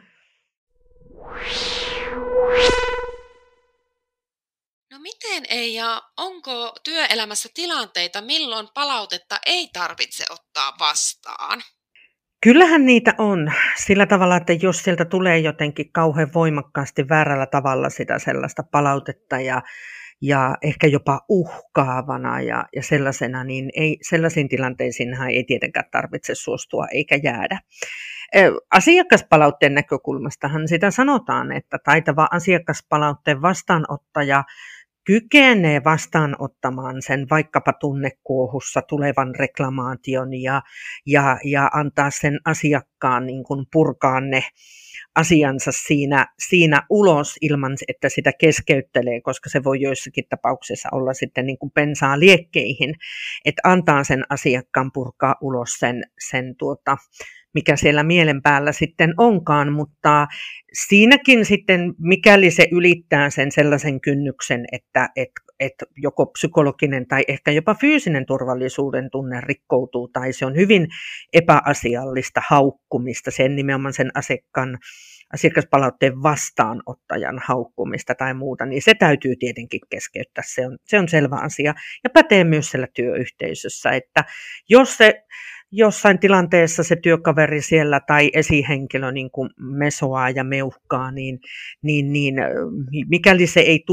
No miten Eija, onko työelämässä tilanteita, milloin palautetta ei tarvitse ottaa vastaan? Kyllähän niitä on sillä tavalla, että jos sieltä tulee jotenkin kauhean voimakkaasti väärällä tavalla sitä sellaista palautetta ja ehkä jopa uhkaavana ja sellaisena, niin sellaisiin tilanteisiinhan ei tietenkään tarvitse suostua eikä jäädä. Asiakaspalautteen näkökulmastahan sitä sanotaan, että taitava asiakaspalautteen vastaanottaja kykenee vastaanottamaan sen vaikkapa tunnekuohussa tulevan reklamaation ja antaa sen asiakkaan niin kuin purkaa ne asiansa siinä ulos ilman, että sitä keskeyttelee, koska se voi joissakin tapauksissa olla sitten niin kuin bensaa liekkeihin, että antaa sen asiakkaan purkaa ulos sen mikä siellä mielen päällä sitten onkaan, mutta siinäkin sitten, mikäli se ylittää sen sellaisen kynnyksen, että joko psykologinen tai ehkä jopa fyysinen turvallisuuden tunne rikkoutuu, tai se on hyvin epäasiallista haukkumista, sen nimenomaan sen asiakaspalautteen vastaanottajan haukkumista tai muuta, niin se täytyy tietenkin keskeyttää. Se on selvä asia ja pätee myös siellä työyhteisössä, että jos se jossain tilanteessa se työkaveri siellä tai esihenkilö niin kuin mesoaa ja meuhkaa, niin mikäli se ei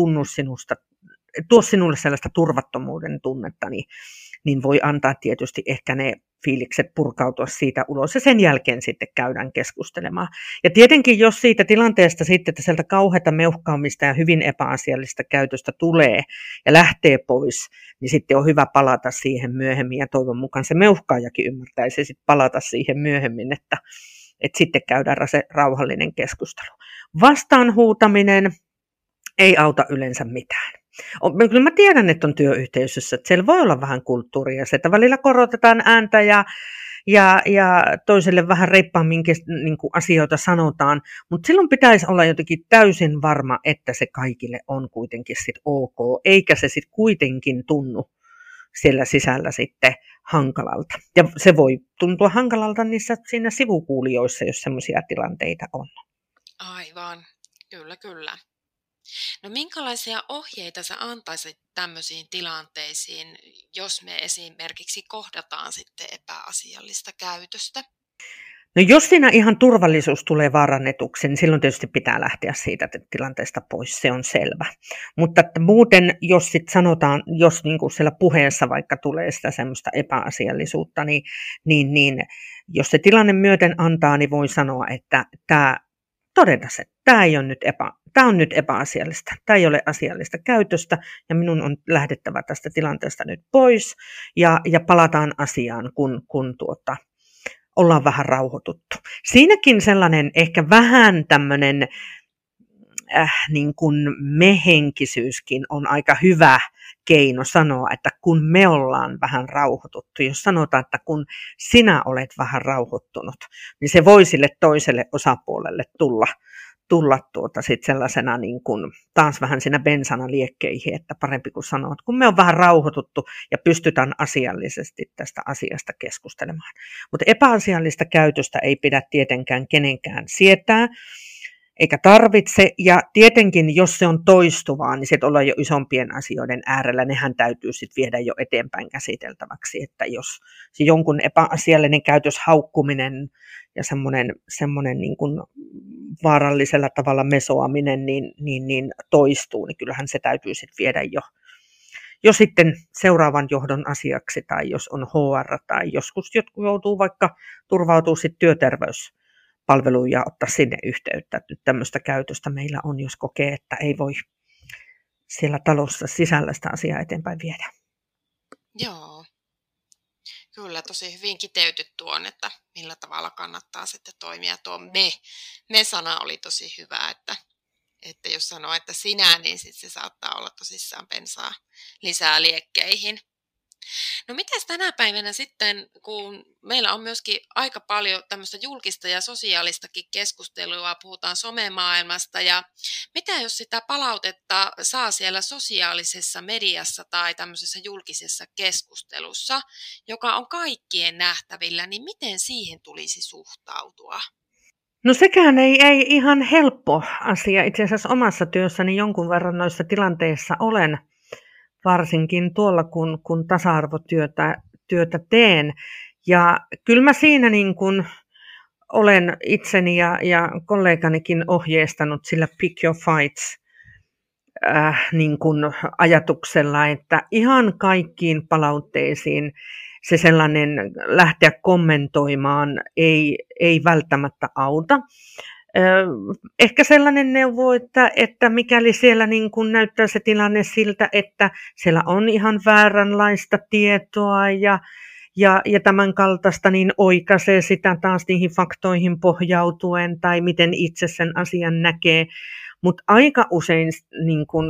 tuo sinulle sellaista turvattomuuden tunnetta, niin voi antaa tietysti ehkä ne fiilikset purkautua siitä ulos ja sen jälkeen sitten käydään keskustelemaan. Ja tietenkin jos siitä tilanteesta sitten, että sieltä kauheata meuhkaamista ja hyvin epäasiallista käytöstä tulee ja lähtee pois, niin sitten on hyvä palata siihen myöhemmin ja toivon mukaan se meuhkaajakin ymmärtäisi sitten palata siihen myöhemmin, että sitten käydään se rauhallinen keskustelu. Vastaanhuutaminen ei auta yleensä mitään. Kyllä mä tiedän, että on työyhteisössä, että siellä voi olla vähän kulttuuria, se, että välillä korotetaan ääntä ja toiselle vähän reippaamminkin niin kuin asioita sanotaan, mutta silloin pitäisi olla jotenkin täysin varma, että se kaikille on kuitenkin sit ok, eikä se sitten kuitenkin tunnu siellä sisällä sitten hankalalta. Ja se voi tuntua hankalalta siinä sivukuulijoissa, jos sellaisia tilanteita on. Aivan, kyllä. No minkälaisia ohjeita sä antaisit tämmöisiin tilanteisiin, jos me esimerkiksi kohdataan sitten epäasiallista käytöstä? No jos siinä ihan turvallisuus tulee vaarannetuksi, niin silloin tietysti pitää lähteä siitä tilanteesta pois, se on selvä. Mutta että muuten, jos sitten sanotaan, jos niin kuin siellä puheessa vaikka tulee sitä semmoista epäasiallisuutta, niin jos se tilanne myöten antaa, niin voi sanoa, että todeta se, tämä on nyt epäasiallista, tämä ei ole asiallista käytöstä ja minun on lähdettävä tästä tilanteesta nyt pois ja palataan asiaan, kun ollaan vähän rauhoituttu. Siinäkin sellainen ehkä vähän tämmöinen niin kuin mehenkisyyskin on aika hyvä keino sanoa, että kun me ollaan vähän rauhoituttu, jos sanotaan, että kun sinä olet vähän rauhoittunut, niin se voi sille toiselle osapuolelle tulla sit sellaisena niin kuin, taas vähän siinä bensana liekkeihin, että parempi kuin sanoa, että kun me on vähän rauhoituttu ja pystytään asiallisesti tästä asiasta keskustelemaan. Mutta epäasiallista käytöstä ei pidä tietenkään kenenkään sietää, eikä tarvitse, ja tietenkin jos se on toistuvaa, niin sitten ollaan jo isompien asioiden äärellä, nehän täytyy sitten viedä jo eteenpäin käsiteltäväksi, että jos se jonkun epäasiallinen käytös, haukkuminen ja semmoinen niin kuin vaarallisella tavalla mesoaminen niin toistuu, niin kyllähän se täytyy sitten viedä jo sitten seuraavan johdon asiaksi, tai jos on HR, tai joskus jotkut joutuu vaikka turvautuu sitten työterveyspalveluun ja ottaa sinne yhteyttä, että nyt tämmöistä käytöstä meillä on, jos kokee, että ei voi siellä talossa sisällä sitä asiaa eteenpäin viedä. Joo, kyllä tosi hyvin kiteytyt tuon, että millä tavalla kannattaa sitten toimia. Tuo me-sana oli tosi hyvä, että jos sanoo, että sinä, niin sitten se saattaa olla tosissaan bensaa lisää liekkeihin. No mitäs tänä päivänä sitten, kun meillä on myöskin aika paljon tämmöistä julkista ja sosiaalistakin keskustelua, puhutaan somemaailmasta, ja mitä jos sitä palautetta saa siellä sosiaalisessa mediassa tai tämmöisessä julkisessa keskustelussa, joka on kaikkien nähtävillä, niin miten siihen tulisi suhtautua? No sekään ei ihan helppo asia. Itse asiassa omassa työssäni jonkun verran noissa tilanteissa olen, varsinkin tuolla, kun tasa-arvotyötä teen. Ja kyllä mä siinä niin kun olen itseni ja kolleganikin ohjeistanut sillä pick your fights niin kun ajatuksella, että ihan kaikkiin palautteisiin se sellainen lähteä kommentoimaan ei välttämättä auta. Ehkä sellainen neuvo, että mikäli siellä niin kuin näyttää se tilanne siltä, että siellä on ihan vääränlaista tietoa ja tämän kaltaista, niin oikaisee sitä taas niihin faktoihin pohjautuen tai miten itse sen asian näkee. Mutta aika usein niin kuin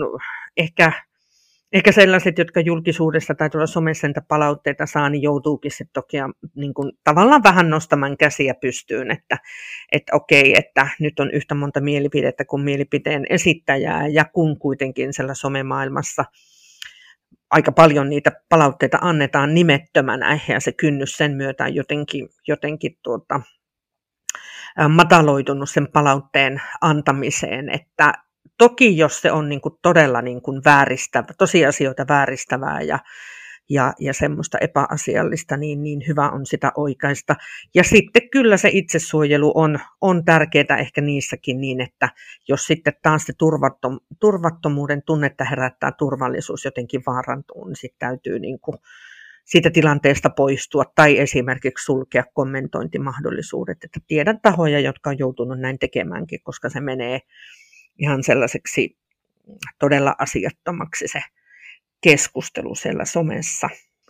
ehkä sellaiset, jotka julkisuudessa tai tuolla somessa niitä palautteita saa, niin joutuukin sitten toki niin kuin tavallaan vähän nostamaan käsiä pystyyn, että okei, että nyt on yhtä monta mielipidettä kuin mielipiteen esittäjää, ja kun kuitenkin siellä somemaailmassa aika paljon niitä palautteita annetaan nimettömänä, ja se kynnys sen myötä jotenkin mataloitunut sen palautteen antamiseen, että toki jos se on niin kuin todella niin kuin tosiasioita vääristävää ja semmoista epäasiallista, niin hyvä on sitä oikaista. Ja sitten kyllä se itsesuojelu on tärkeää ehkä niissäkin niin, että jos sitten taas se turvattomuuden tunnetta herättää turvallisuus jotenkin vaarantuu, niin sitten täytyy niin kuin siitä tilanteesta poistua tai esimerkiksi sulkea kommentointimahdollisuudet. Että tiedän tahoja, jotka on joutunut näin tekemäänkin, koska se menee ihan sellaiseksi todella asiattomaksi se keskustelu siellä somessa.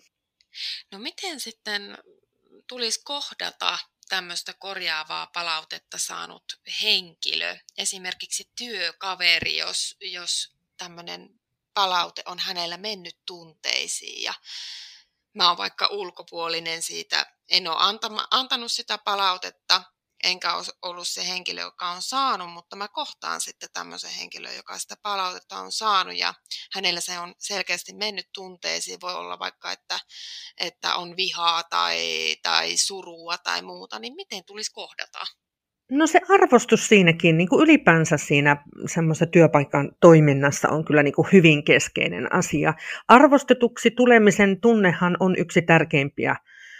No miten sitten tulisi kohdata tämmöistä korjaavaa palautetta saanut henkilö, esimerkiksi työkaveri, jos tämmöinen palaute on hänellä mennyt tunteisiin ja mä oon vaikka ulkopuolinen siitä, en ole antanut sitä palautetta, enkä ole ollut se henkilö, joka on saanut, mutta mä kohtaan sitten tämmöisen henkilön, joka sitä palautetta on saanut ja hänellä se on selkeästi mennyt tunteisiin. Voi olla vaikka, että on vihaa tai surua tai muuta, niin miten tulisi kohdata? No se arvostus siinäkin, niin kuin ylipäänsä siinä semmoisessa työpaikan toiminnassa on kyllä niin kuin hyvin keskeinen asia. Arvostetuksi tulemisen tunnehan on yksi tärkeimpiä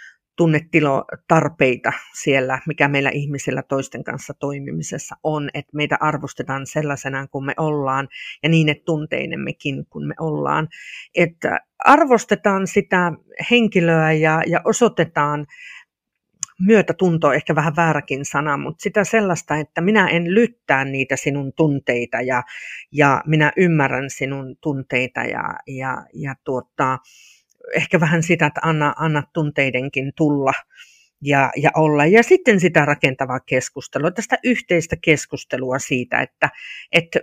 tunnetilotarpeita siellä, mikä meillä ihmisillä toisten kanssa toimimisessa on, että meitä arvostetaan sellaisena kuin me ollaan ja niin, että tunteinemmekin kuin me ollaan. Että arvostetaan sitä henkilöä ja osoitetaan myötätunto, ehkä vähän vääräkin sana, mutta sitä sellaista, että minä en lyttää niitä sinun tunteita ja minä ymmärrän sinun tunteita ja ehkä vähän sitä, että anna tunteidenkin tulla ja olla. Ja sitten sitä rakentavaa keskustelua, tästä yhteistä keskustelua siitä, että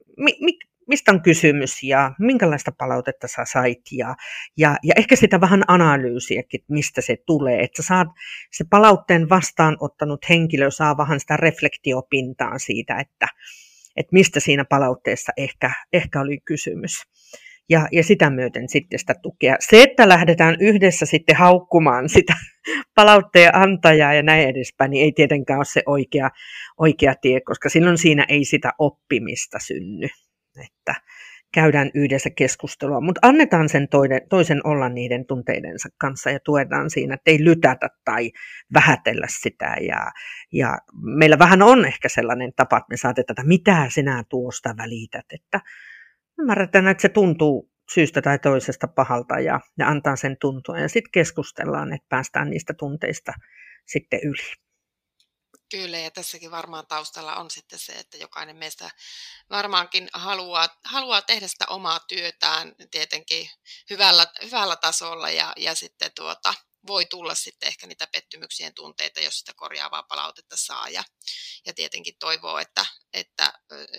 mistä on kysymys ja minkälaista palautetta sä sait ja ehkä sitä vähän analyysiäkin, mistä se tulee. Että se palautteen vastaanottanut henkilö saa vähän sitä reflektiopintaa siitä, että mistä siinä palautteessa ehkä oli kysymys. Ja sitä myöten sitten sitä tukea. Se, että lähdetään yhdessä sitten haukkumaan sitä palautteen antajaa ja näin edespäin, niin ei tietenkään ole se oikea tie, koska silloin siinä ei sitä oppimista synny. Että käydään yhdessä keskustelua, mutta annetaan sen toisen olla niiden tunteidensa kanssa ja tuetaan siinä, että ei lytätä tai vähätellä sitä. Ja meillä vähän on ehkä sellainen tapa, että me saatetaan, että mitä sinä tuosta välität, että ymmärretään, että se tuntuu syystä tai toisesta pahalta ja antaa sen tuntua ja sitten keskustellaan, että päästään niistä tunteista sitten yli. Kyllä, ja tässäkin varmaan taustalla on sitten se, että jokainen meistä varmaankin haluaa tehdä sitä omaa työtään tietenkin hyvällä tasolla ja sitten voi tulla sitten ehkä niitä pettymyksien tunteita, jos sitä korjaavaa palautetta saa ja tietenkin toivoo, että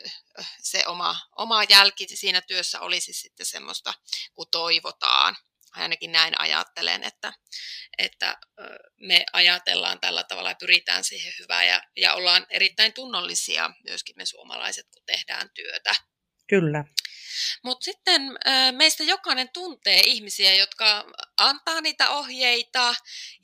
se oma jälki siinä työssä olisi sitten semmoista, kun toivotaan. Ainakin näin ajattelen, että me ajatellaan tällä tavalla ja pyritään siihen hyvään ja ollaan erittäin tunnollisia myöskin me suomalaiset, kun tehdään työtä. Kyllä. Mutta sitten meistä jokainen tuntee ihmisiä, jotka antaa niitä ohjeita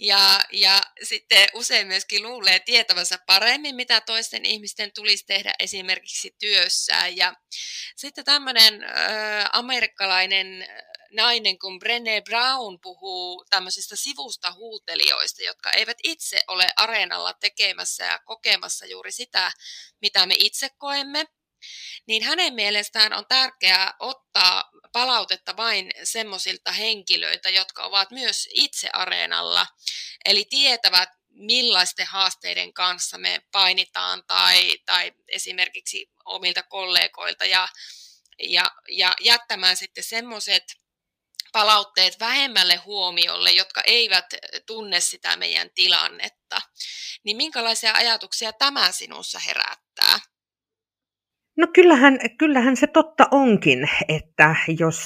ja sitten usein myöskin luulee tietävänsä paremmin, mitä toisten ihmisten tulisi tehdä esimerkiksi työssään. Ja sitten tämmöinen amerikkalainen nainen kuin Brené Brown puhuu tämmöisistä sivusta huutelijoista, jotka eivät itse ole areenalla tekemässä ja kokemassa juuri sitä, mitä me itse koemme. Niin hänen mielestään on tärkeää ottaa palautetta vain semmoisilta henkilöiltä, jotka ovat myös itse areenalla, eli tietävät, millaisten haasteiden kanssa me painitaan tai esimerkiksi omilta kollegoilta ja jättämään sitten semmoiset palautteet vähemmälle huomiolle, jotka eivät tunne sitä meidän tilannetta. Niin minkälaisia ajatuksia tämä sinussa herättää? No kyllähän se totta onkin, että jos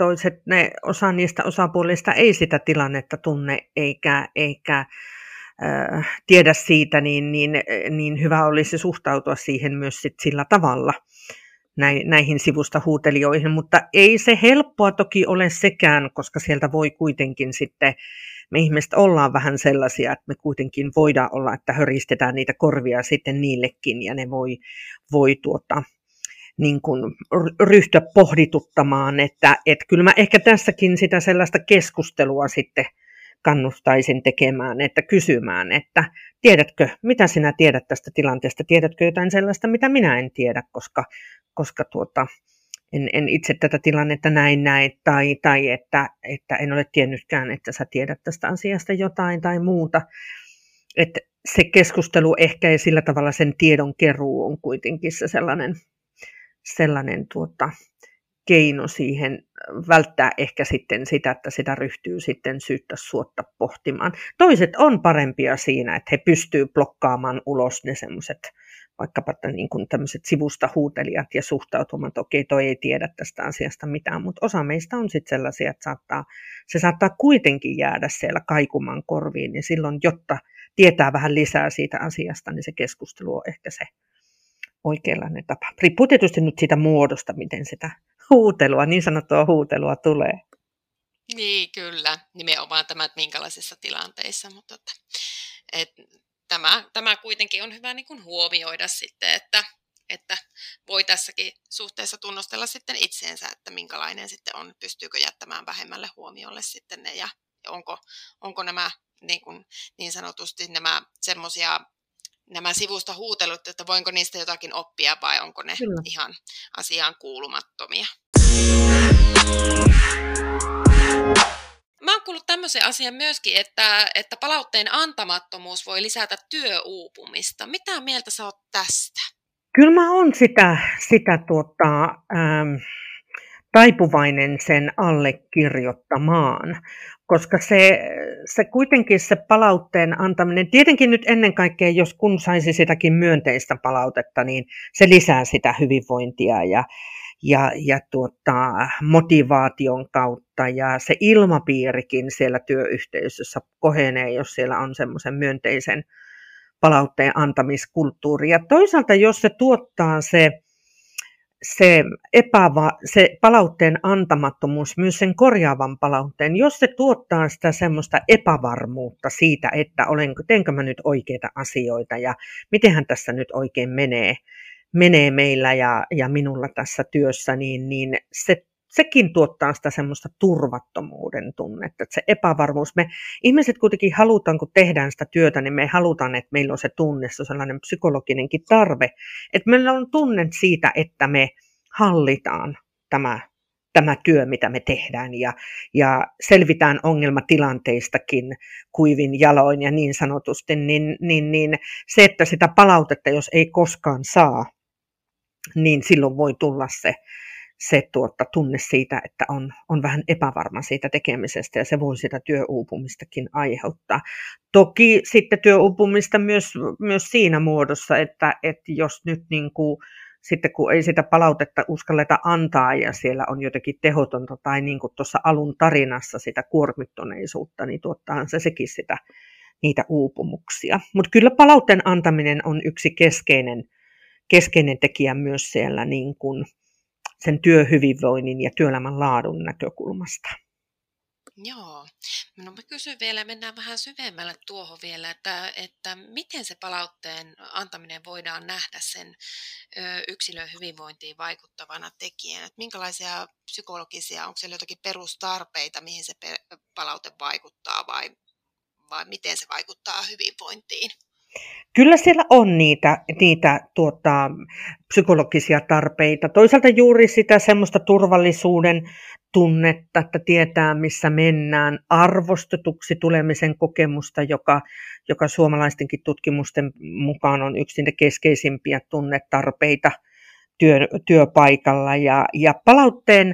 osa niistä osapuolista ei sitä tilannetta tunne eikä tiedä siitä, niin hyvä olisi suhtautua siihen myös sit sillä tavalla. näihin sivustahuutelijoihin, mutta ei se helppoa toki ole sekään, koska sieltä voi kuitenkin sitten, me ihmiset ollaan vähän sellaisia, että me kuitenkin voidaan olla, että höristetään niitä korvia sitten niillekin ja ne voi niin kuin ryhtyä pohdituttamaan, että kyllä mä ehkä tässäkin sitä sellaista keskustelua sitten kannustaisin tekemään, että kysymään, että tiedätkö, mitä sinä tiedät tästä tilanteesta, tiedätkö jotain sellaista, mitä minä en tiedä, koska en itse tätä tilannetta näin, tai että en ole tiennytkään, että sä tiedät tästä asiasta jotain tai muuta. Että se keskustelu ehkä ja sillä tavalla sen tiedon keruu on kuitenkin se sellainen keino siihen välttää ehkä sitten sitä, että sitä ryhtyy sitten syyttä suotta pohtimaan. Toiset on parempia siinä, että he pystyvät blokkaamaan ulos ne semmoiset vaikkapa niin kuin tämmöiset sivustahuutelijat ja suhtautumat, että okei, toi ei tiedä tästä asiasta mitään, mutta osa meistä on sitten sellaisia, että se saattaa kuitenkin jäädä siellä kaikumaan korviin, ja silloin, jotta tietää vähän lisää siitä asiasta, niin se keskustelu on ehkä se oikeanlainen tapa. Riippuu tietysti nyt siitä muodosta, miten sitä huutelua, niin sanottua huutelua tulee. Niin, kyllä. Nimenomaan tämä, että minkälaisissa tilanteissa. Mutta tämä kuitenkin on hyvä niin kuin huomioida sitten, että voi tässäkin suhteessa tunnustella sitten itseensä, että minkälainen sitten on, pystyykö jättämään vähemmälle huomiolle sitten ne, ja onko nämä niin sanotusti nämä sivusta huutelut, että voinko niistä jotakin oppia vai onko ne ihan asiaan kuulumattomia. Mä oon kuullut tämmöisen asian myöskin, että palautteen antamattomuus voi lisätä työuupumista. Mitä mieltä sä oot tästä? Kyllä mä oon sitä taipuvainen sen allekirjoittamaan, koska se kuitenkin se palautteen antaminen, tietenkin nyt ennen kaikkea, kun saisi sitäkin myönteistä palautetta, niin se lisää sitä hyvinvointia ja motivaation kautta, ja se ilmapiirikin siellä työyhteisössä kohenee, jos siellä on semmoisen myönteisen palautteen antamiskulttuuri. Ja toisaalta, jos se tuottaa se palautteen antamattomuus, myös sen korjaavan palautteen, jos se tuottaa sitä semmoista epävarmuutta siitä, että teenkö mä nyt oikeita asioita ja mitenhän tässä nyt oikein menee meillä ja minulla tässä työssä, niin sekin tuottaa sitä semmoista turvattomuuden tunnetta, että se epävarmuus. Me ihmiset kuitenkin halutaan, kun tehdään sitä työtä, niin me halutaan, että meillä on se tunne, se on sellainen psykologinenkin tarve, että meillä on tunne siitä, että me hallitaan tämä työ, mitä me tehdään, ja selvitään ongelmatilanteistakin kuivin jaloin ja niin sanotusti, niin se, että sitä palautetta, jos ei koskaan saa, niin silloin voi tulla se tunne siitä, että on vähän epävarma siitä tekemisestä, ja se voi sitä työuupumistakin aiheuttaa. Toki sitten työuupumista myös siinä muodossa, että jos nyt sitten kun ei sitä palautetta uskalleta antaa ja siellä on jotenkin tehotonta tai niin kuin tuossa alun tarinassa sitä kuormittuneisuutta, niin tuottaa sekin niitä uupumuksia. Mutta kyllä palautteen antaminen on yksi keskeinen tekijä myös siellä niin kuin sen työhyvinvoinnin ja työelämän laadun näkökulmasta. Joo. No mä kysyn vielä, mennään vähän syvemmälle tuohon vielä, että miten se palautteen antaminen voidaan nähdä sen yksilön hyvinvointiin vaikuttavana tekijänä. Että minkälaisia psykologisia, onko siellä jotakin perustarpeita, mihin se palaute vaikuttaa vai miten se vaikuttaa hyvinvointiin? Kyllä siellä on niitä psykologisia tarpeita. Toisaalta juuri sitä semmoista turvallisuuden tunnetta, että tietää missä mennään, arvostetuksi tulemisen kokemusta, joka suomalaistenkin tutkimusten mukaan on yksi niitä keskeisimpiä tunnetarpeita työpaikalla. Ja palautteen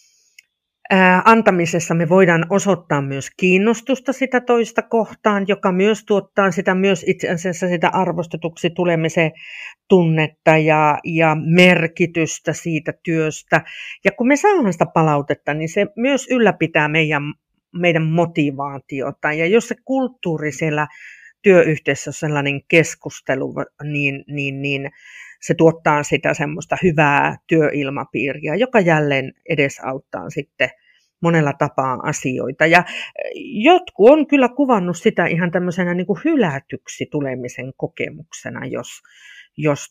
antamisessa me voidaan osoittaa myös kiinnostusta sitä toista kohtaan, joka myös tuottaa myös itse asiassa sitä arvostetuksi tulemisen tunnetta ja merkitystä siitä työstä. Ja kun me saadaan sitä palautetta, niin se myös ylläpitää meidän motivaatiota. Ja jos se kulttuuri siellä työyhteisössä on sellainen keskustelu, niin se tuottaa sitä semmoista hyvää työilmapiiriä, joka jälleen edesauttaa sitten monella tapaa asioita. Ja jotkut on kyllä kuvannut sitä ihan tämmöisenä niin kuin hylätyksi tulemisen kokemuksena, jos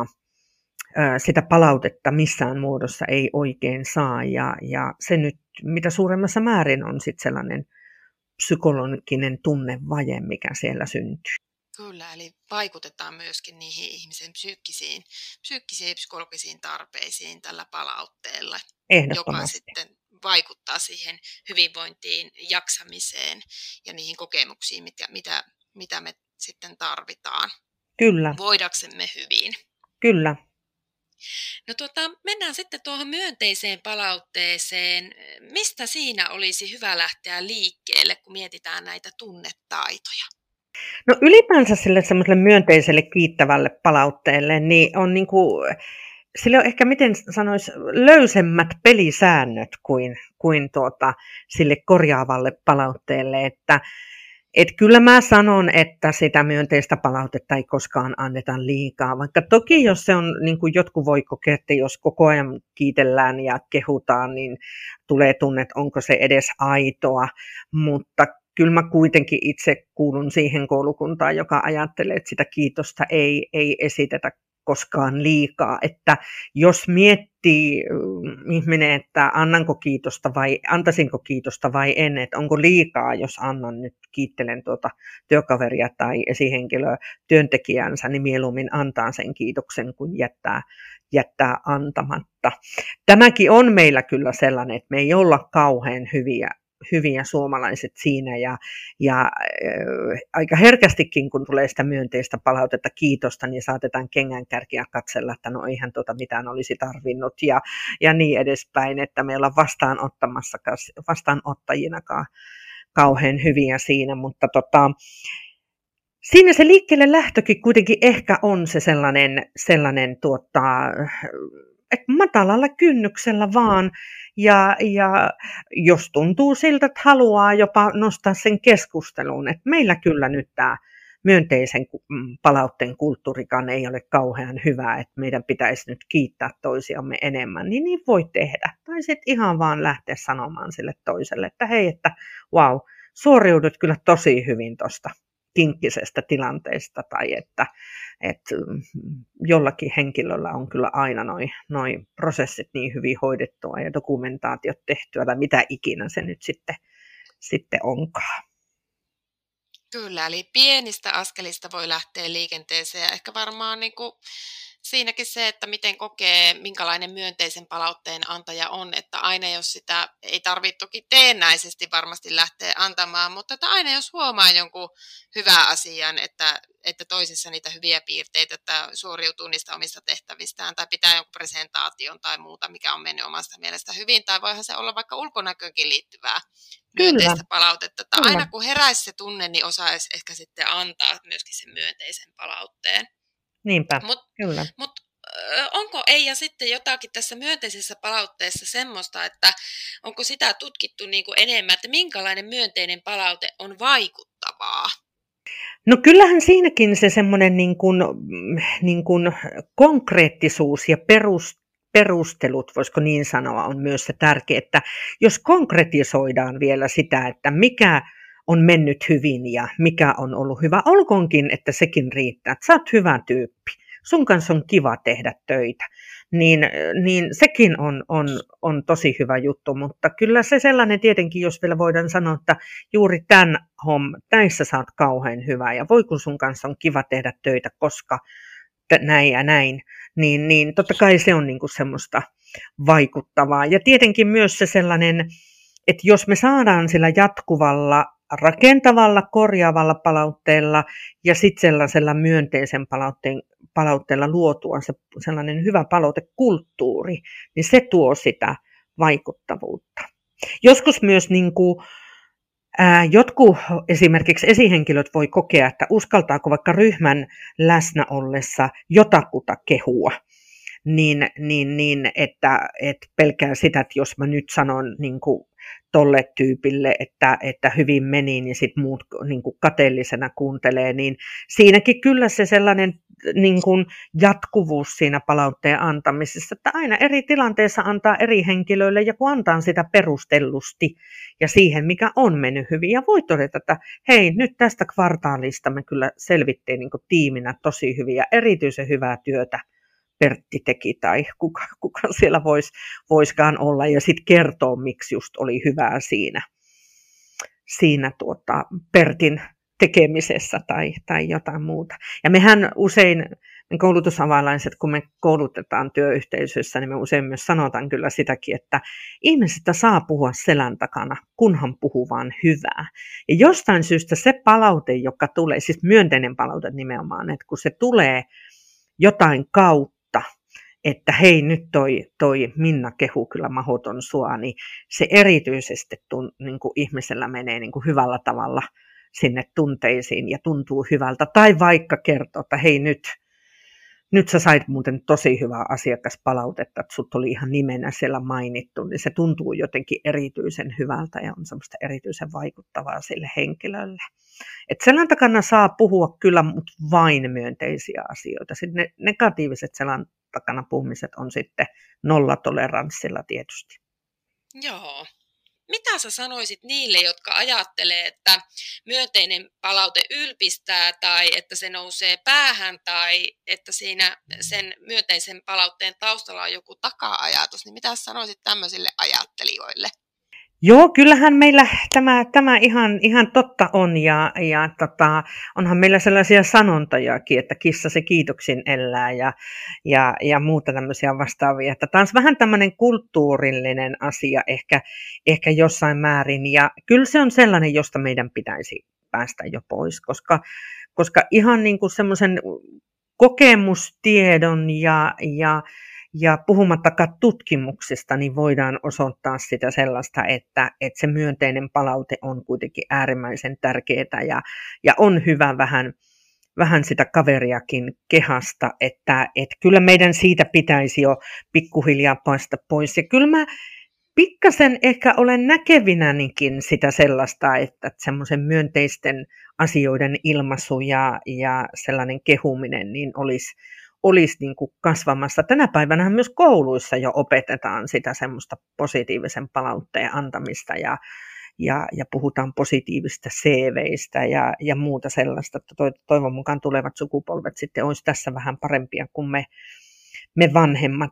sitä palautetta missään muodossa ei oikein saa. Ja se nyt mitä suuremmassa määrin on sitten sellainen psykologinen tunnevaje, mikä siellä syntyy. Kyllä, eli vaikutetaan myöskin niihin ihmisen psyykkisiin ja psykologisiin tarpeisiin tällä palautteella, joka sitten vaikuttaa siihen hyvinvointiin, jaksamiseen ja niihin kokemuksiin, mitä me sitten tarvitaan. Kyllä. Voidaksemme hyvin. Kyllä. No mennään sitten tuohon myönteiseen palautteeseen. Mistä siinä olisi hyvä lähteä liikkeelle, kun mietitään näitä tunnetaitoja? No ylipäänsä sille semmoiselle myönteiselle kiittävälle palautteelle, niin on sillä on ehkä miten sanoisi löysemmät pelisäännöt kuin sille korjaavalle palautteelle, että kyllä mä sanon, että sitä myönteistä palautetta ei koskaan anneta liikaa, vaikka toki jos se on, niin kuin jotkut voi kokea, että jos koko ajan kiitellään ja kehutaan, niin tulee tunne, että onko se edes aitoa, mutta kyllä mä kuitenkin itse kuulun siihen koulukuntaan, joka ajattelee, että sitä kiitosta ei esitetä koskaan liikaa, että jos miettii ihminen, että antaisinko kiitosta vai en, että onko liikaa, jos kiittelen työkaveria tai esihenkilöä työntekijänsä, niin mieluummin antaa sen kiitoksen kuin jättää antamatta. Tämäkin on meillä kyllä sellainen, että me ei olla kauhean hyviä suomalaiset siinä ja aika herkästikin, kun tulee sitä myönteistä palautetta, kiitosta, niin saatetaan kengänkärkiä katsella, että no eihän mitään olisi tarvinnut ja niin edespäin, että me ollaan vastaanottajinakaan kauhean hyviä siinä, mutta siinä se liikkeelle lähtökin kuitenkin ehkä on se sellainen että matalalla kynnyksellä vaan, ja jos tuntuu siltä, että haluaa jopa nostaa sen keskusteluun, että meillä kyllä nyt tämä myönteisen palautteen kulttuurikaan ei ole kauhean hyvä, että meidän pitäisi nyt kiittää toisiamme enemmän, niin voi tehdä. Tai sitten ihan vaan lähteä sanomaan sille toiselle, että hei, että vau, suoriudut kyllä tosi hyvin tuosta kinkkisestä tilanteesta, tai että jollakin henkilöllä on kyllä aina noi prosessit niin hyvin hoidettua ja dokumentaatiot tehtyä, tai mitä ikinä se nyt sitten onkaan. Kyllä, eli pienistä askelista voi lähteä liikenteeseen, ja ehkä varmaan siinäkin se, että miten kokee, minkälainen myönteisen palautteen antaja on, että aina jos sitä ei tarvitse toki teennäisesti varmasti lähteä antamaan, mutta että aina jos huomaa jonkun hyvän asian, että toisessa niitä hyviä piirteitä, että suoriutuu niistä omista tehtävistään tai pitää jonkun presentaation tai muuta, mikä on mennyt omasta mielestä hyvin, tai voihan se olla vaikka ulkonäköönkin liittyvää myönteistä palautetta, että aina kun heräisi se tunne, niin osaisi ehkä sitten antaa myöskin sen myönteisen palautteen. Niinpä, kyllä. Mutta onko Eija sitten jotakin tässä myönteisessä palautteessa semmoista, että onko sitä tutkittu enemmän, että minkälainen myönteinen palaute on vaikuttavaa? No kyllähän siinäkin se semmoinen niin kuin konkreettisuus ja perustelut, voisiko niin sanoa, on myös se tärkeä, että jos konkretisoidaan vielä sitä, että mikä on mennyt hyvin ja mikä on ollut hyvä, olkoonkin, että sekin riittää, että sä oot hyvä tyyppi, sun kanssa on kiva tehdä töitä, niin sekin on tosi hyvä juttu, mutta kyllä se sellainen tietenkin, jos vielä voidaan sanoa, että juuri näissä sä oot kauhean hyvä ja voi kun sun kanssa on kiva tehdä töitä, koska näin ja näin, niin totta kai se on niinku semmoista vaikuttavaa. Ja tietenkin myös se sellainen, että jos me saadaan sillä jatkuvalla, rakentavalla, korjaavalla palautteella ja sitten sellaisella myönteisen palautteella luotua se sellainen hyvä palautekulttuuri, niin se tuo sitä vaikuttavuutta. Joskus myös jotkut esimerkiksi esihenkilöt voi kokea, että uskaltaako vaikka ryhmän läsnä ollessa jotakuta kehua, että pelkää sitä, että jos mä nyt sanon tolle tyypille, että hyvin meni, niin sitten muut niin kuin kateellisena kuuntelee, niin siinäkin kyllä se sellainen niin kuin jatkuvuus siinä palautteen antamisessa, että aina eri tilanteissa antaa eri henkilöille ja kun antaa sitä perustellusti ja siihen, mikä on mennyt hyvin. Ja voi todeta, että hei, nyt tästä kvartaalista me kyllä selvittiin niin kuin tiiminä tosi hyvin ja erityisen hyvää työtä Pertti teki tai kuka siellä voiskaan olla ja sitten kertoo, miksi just oli hyvää siinä Pertin tekemisessä tai jotain muuta. Ja mehän usein, me koulutusavainlaiset, kun me koulutetaan työyhteisössä, niin me usein myös sanotaan kyllä sitäkin, että ihmisestä saa puhua selän takana, kunhan puhuu vaan hyvää. Ja jostain syystä se palaute, joka tulee, siis myönteinen palaute nimenomaan, että kun se tulee jotain kautta, että hei, nyt toi Minna kehu kyllä mahdoton sua, niin se erityisesti niin kuin ihmisellä menee niin kuin hyvällä tavalla sinne tunteisiin ja tuntuu hyvältä. Tai vaikka kertoo, että hei, nyt sä sait muuten tosi hyvää asiakaspalautetta, että sut oli ihan nimenä siellä mainittu, niin se tuntuu jotenkin erityisen hyvältä ja on semmoista erityisen vaikuttavaa sille henkilölle. Et selän takana saa puhua kyllä, mutta vain myönteisiä asioita. Sitten ne negatiiviset selän takana puhumiset on sitten nollatoleranssilla tietysti. Joo. Mitä sä sanoisit niille, jotka ajattelee, että myönteinen palaute ylpistää tai että se nousee päähän tai että siinä sen myönteisen palautteen taustalla on joku taka-ajatus, niin mitä sanoisit tämmöisille ajattelijoille? Joo, kyllähän meillä tämä ihan totta on ja onhan meillä sellaisia sanontojakin, että kissa se kiitoksin elää ja muuta tämmöisiä vastaavia. Tämä on vähän tämmöinen kulttuurillinen asia ehkä jossain määrin ja kyllä se on sellainen, josta meidän pitäisi päästä jo pois, koska ihan niin kuin semmoisen kokemustiedon ja puhumattakaan tutkimuksista, niin voidaan osoittaa sitä sellaista, että se myönteinen palaute on kuitenkin äärimmäisen tärkeää ja on hyvä vähän sitä kaveriakin kehasta, että kyllä meidän siitä pitäisi jo pikkuhiljaa päästä pois. Ja kyllä mä pikkasen ehkä olen näkevinänikin sitä sellaista, että semmoisen myönteisten asioiden ilmaisu ja sellainen kehuminen niin olisi niin kuin kasvamassa. Tänä päivänä myös kouluissa jo opetetaan sitä semmoista positiivisen palautteen antamista ja puhutaan positiivista CVistä ja muuta sellaista, että toivon mukaan tulevat sukupolvet sitten olisi tässä vähän parempia kuin me vanhemmat.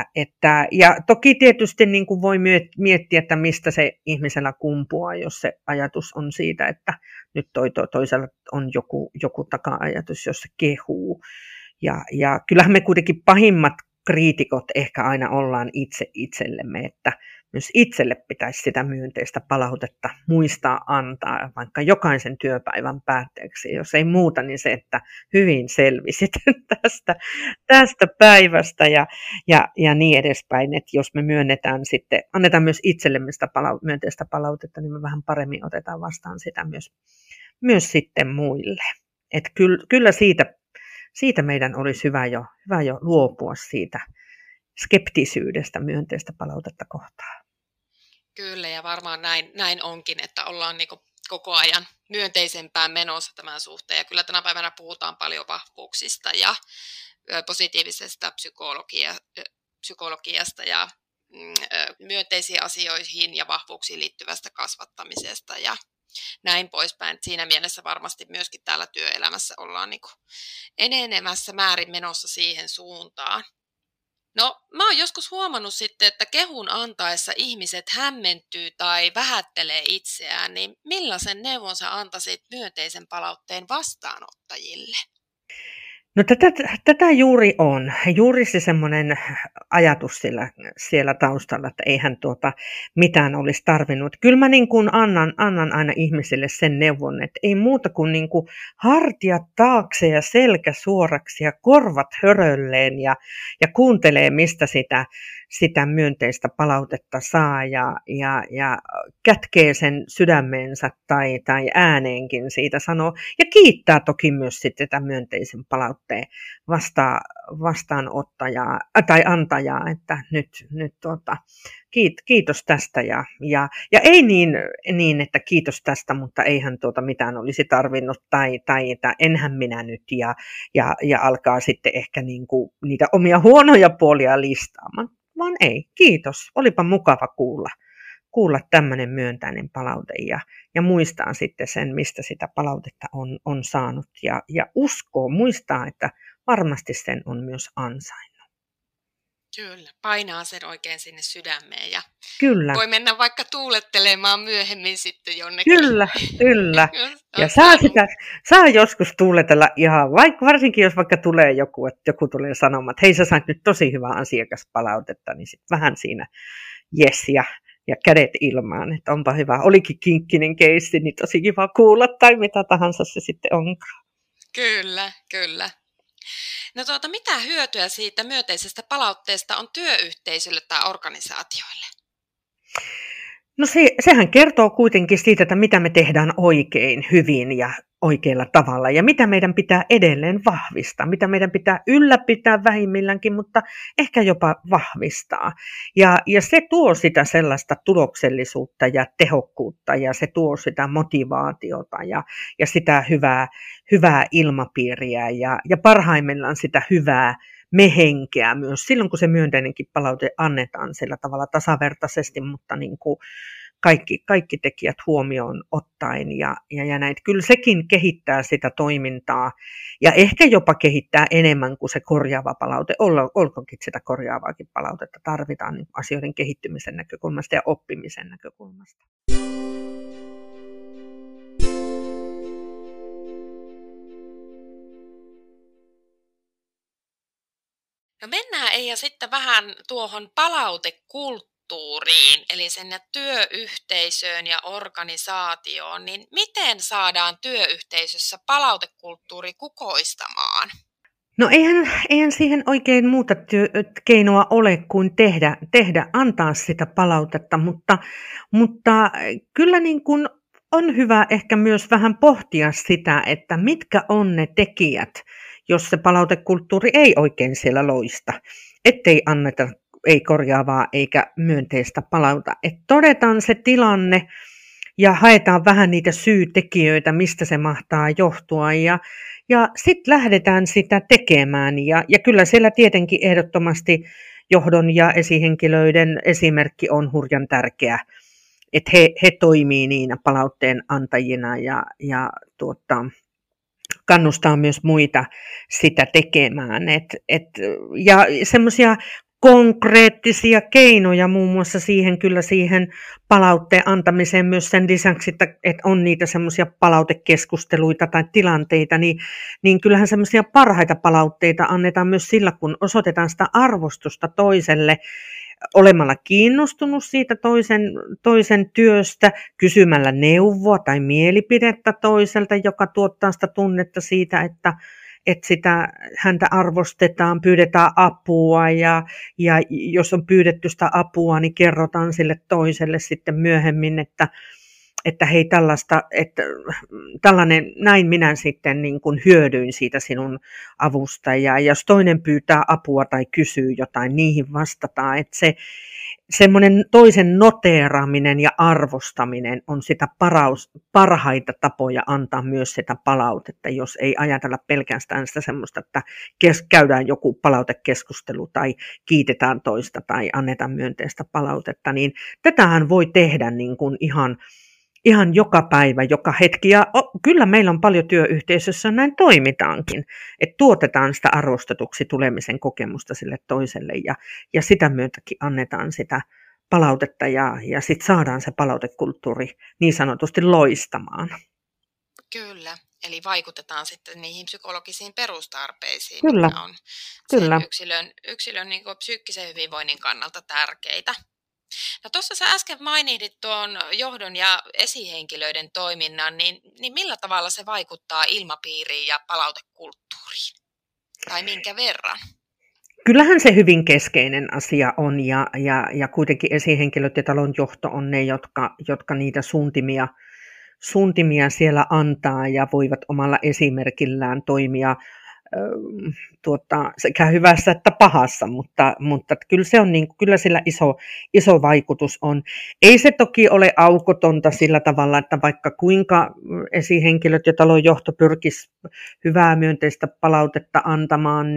Ja toki tietysti niin kuin voi miettiä, että mistä se ihmisellä kumpuaa, jos se ajatus on siitä, että nyt toisella on joku taka-ajatus, jos se kehuu. Ja kyllähän me kuitenkin pahimmat kriitikot ehkä aina ollaan itsellemme, että myös itselle pitäisi sitä myönteistä palautetta muistaa antaa, vaikka jokaisen työpäivän päätteeksi. Jos ei muuta, niin se, että hyvin selvisit tästä päivästä ja niin edespäin. Että jos me myönnetään sitten, annetaan myös itsellemme sitä myönteistä palautetta, niin me vähän paremmin otetaan vastaan sitä myös sitten muille. Että kyllä siitä meidän olisi hyvä jo luopua siitä skeptisyydestä myönteistä palautetta kohtaan. Kyllä, ja varmaan näin onkin, että ollaan niin koko ajan myönteisempään menossa tämän suhteen. Ja kyllä tänä päivänä puhutaan paljon vahvuuksista ja positiivisesta psykologiasta ja myönteisiin asioihin ja vahvuuksiin liittyvästä kasvattamisesta ja näin poispäin. Siinä mielessä varmasti myöskin täällä työelämässä ollaan niin enenemässä määrin menossa siihen suuntaan. No, mä oon joskus huomannut sitten, että kehun antaessa ihmiset hämmentyy tai vähättelee itseään, niin millaisen neuvon sä antaisit myönteisen palautteen vastaanottajille? No tätä juuri on. Juuri se semmoinen ajatus siellä taustalla, että eihän mitään olisi tarvinnut. Kyllä mä niin kuin annan aina ihmisille sen neuvon, että ei muuta kuin, hartiat taakse ja selkä suoraksi ja korvat hörölleen ja kuuntelee, mistä sitä myönteistä palautetta saa ja kätkee sen sydämeensä tai ääneenkin siitä sanoo. Ja kiittää toki myös sitten tätä myönteisen palautteen vastaanottajaa tai antajaa, että nyt kiitos tästä ja ei niin, että kiitos tästä, mutta eihän mitään olisi tarvinnut tai että enhän minä nyt ja alkaa sitten ehkä niin kuin niitä omia huonoja puolia listaamaan, vaan ei, kiitos, olipa mukava kuulla tämmöinen myöntäinen palaute ja muistaa sitten sen, mistä sitä palautetta on saanut ja muistaa, että varmasti sen on myös ansainnut. Kyllä, painaa sen oikein sinne sydämeen ja Kyllä. Voi mennä vaikka tuulettelemaan myöhemmin sitten jonnekin. Kyllä. Ja saa joskus tuuletella ihan, varsinkin jos vaikka tulee joku tulee sanomaan, että hei sä saat nyt tosi hyvää asiakaspalautetta, niin sitten vähän siinä jes ja kädet ilmaan, että onpa hyvä. Olikin kinkkinen keissi, niin tosi kiva kuulla tai mitä tahansa se sitten onkaan. Kyllä. No mitä hyötyä siitä myönteisestä palautteesta on työyhteisölle tai organisaatioille? No sehän kertoo kuitenkin siitä, että mitä me tehdään oikein, hyvin ja oikealla tavalla ja mitä meidän pitää edelleen vahvistaa, mitä meidän pitää ylläpitää vähimmilläänkin, mutta ehkä jopa vahvistaa. Ja se tuo sitä sellaista tuloksellisuutta ja tehokkuutta ja se tuo sitä motivaatiota ja sitä hyvää ilmapiiriä ja parhaimmillaan sitä hyvää me-henkeä myös silloin, kun se myönteinenkin palaute annetaan sillä tavalla tasavertaisesti, mutta niin kuin kaikki tekijät huomioon ottaen ja näin. Kyllä sekin kehittää sitä toimintaa ja ehkä jopa kehittää enemmän kuin se korjaava palaute. Olkoonkin sitä korjaavaakin palautetta tarvitaan niin asioiden kehittymisen näkökulmasta ja oppimisen näkökulmasta. No mennään Eija sitten vähän tuohon palautekulttuuriin, eli sinne työyhteisöön ja organisaatioon, niin miten saadaan työyhteisössä palautekulttuuri kukoistamaan? No eihän siihen oikein muuta keinoa ole kuin antaa sitä palautetta, mutta kyllä niin kuin on hyvä ehkä myös vähän pohtia sitä, että mitkä on ne tekijät, jos se palautekulttuuri ei oikein siellä loista, ettei anneta ei korjaavaa eikä myönteistä palauta. Että todetaan se tilanne ja haetaan vähän niitä syytekijöitä, mistä se mahtaa johtua ja sitten lähdetään sitä tekemään. Ja kyllä siellä tietenkin ehdottomasti johdon ja esihenkilöiden esimerkki on hurjan tärkeä, että he toimii niinä palautteen antajina ja kannustaa myös muita sitä tekemään. Ja semmoisia konkreettisia keinoja muun muassa siihen palautteen antamiseen myös sen lisäksi, että on niitä semmoisia palautekeskusteluita tai tilanteita, niin kyllähän semmoisia parhaita palautteita annetaan myös sillä, kun osoitetaan sitä arvostusta toiselle, olemalla kiinnostunut siitä toisen työstä, kysymällä neuvoa tai mielipidettä toiselta, joka tuottaa sitä tunnetta siitä, että häntä arvostetaan, pyydetään apua ja jos on pyydetty sitä apua, niin kerrotaan sille toiselle sitten myöhemmin, että hei näin minä sitten niin kuin hyödyin siitä sinun avusta ja jos toinen pyytää apua tai kysyy jotain, niihin vastataan, että semmoinen toisen noteeraaminen ja arvostaminen on sitä parhaita tapoja antaa myös sitä palautetta, jos ei ajatella pelkästään sitä semmoista, että käydään joku palautekeskustelu tai kiitetään toista tai annetaan myönteistä palautetta, niin tätähän voi tehdä niin kuin ihan joka päivä, joka hetki. Ja kyllä meillä on paljon työyhteisössä, näin toimitaankin, että tuotetaan sitä arvostetuksi tulemisen kokemusta sille toiselle ja sitä myötäkin annetaan sitä palautetta ja sitten saadaan se palautekulttuuri niin sanotusti loistamaan. Kyllä, eli vaikutetaan sitten niihin psykologisiin perustarpeisiin, kyllä. mitkä on kyllä. yksilön niin kuin psyykkisen hyvinvoinnin kannalta tärkeitä. No tuossa sä äsken mainitsit tuon johdon ja esihenkilöiden toiminnan, niin millä tavalla se vaikuttaa ilmapiiriin ja palautekulttuuriin? Tai minkä verran? Kyllähän se hyvin keskeinen asia on ja kuitenkin esihenkilöt ja talon johto on ne, jotka niitä suuntimia siellä antaa ja voivat omalla esimerkillään toimia sekä hyvässä että pahassa, mutta kyllä se on kyllä sillä iso vaikutus on. Ei se toki ole aukotonta sillä tavalla, että vaikka kuinka esihenkilöt ja talon johto pyrkisi hyvää myönteistä palautetta antamaan,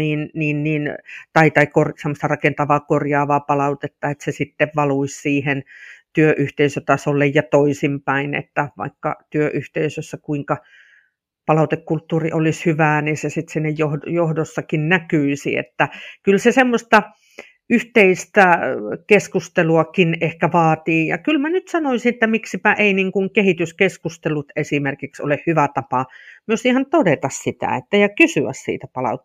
tai semmoista rakentavaa korjaavaa palautetta, että se sitten valuisi siihen työyhteisötasolle ja toisinpäin, että vaikka työyhteisössä kuinka palautekulttuuri olisi hyvää, niin se sitten sinne johdossakin näkyisi, että kyllä se semmoista yhteistä keskusteluakin ehkä vaatii, ja kyllä mä nyt sanoisin, että miksipä ei niin kuin kehityskeskustelut esimerkiksi ole hyvä tapa myös ihan todeta sitä, ja kysyä siitä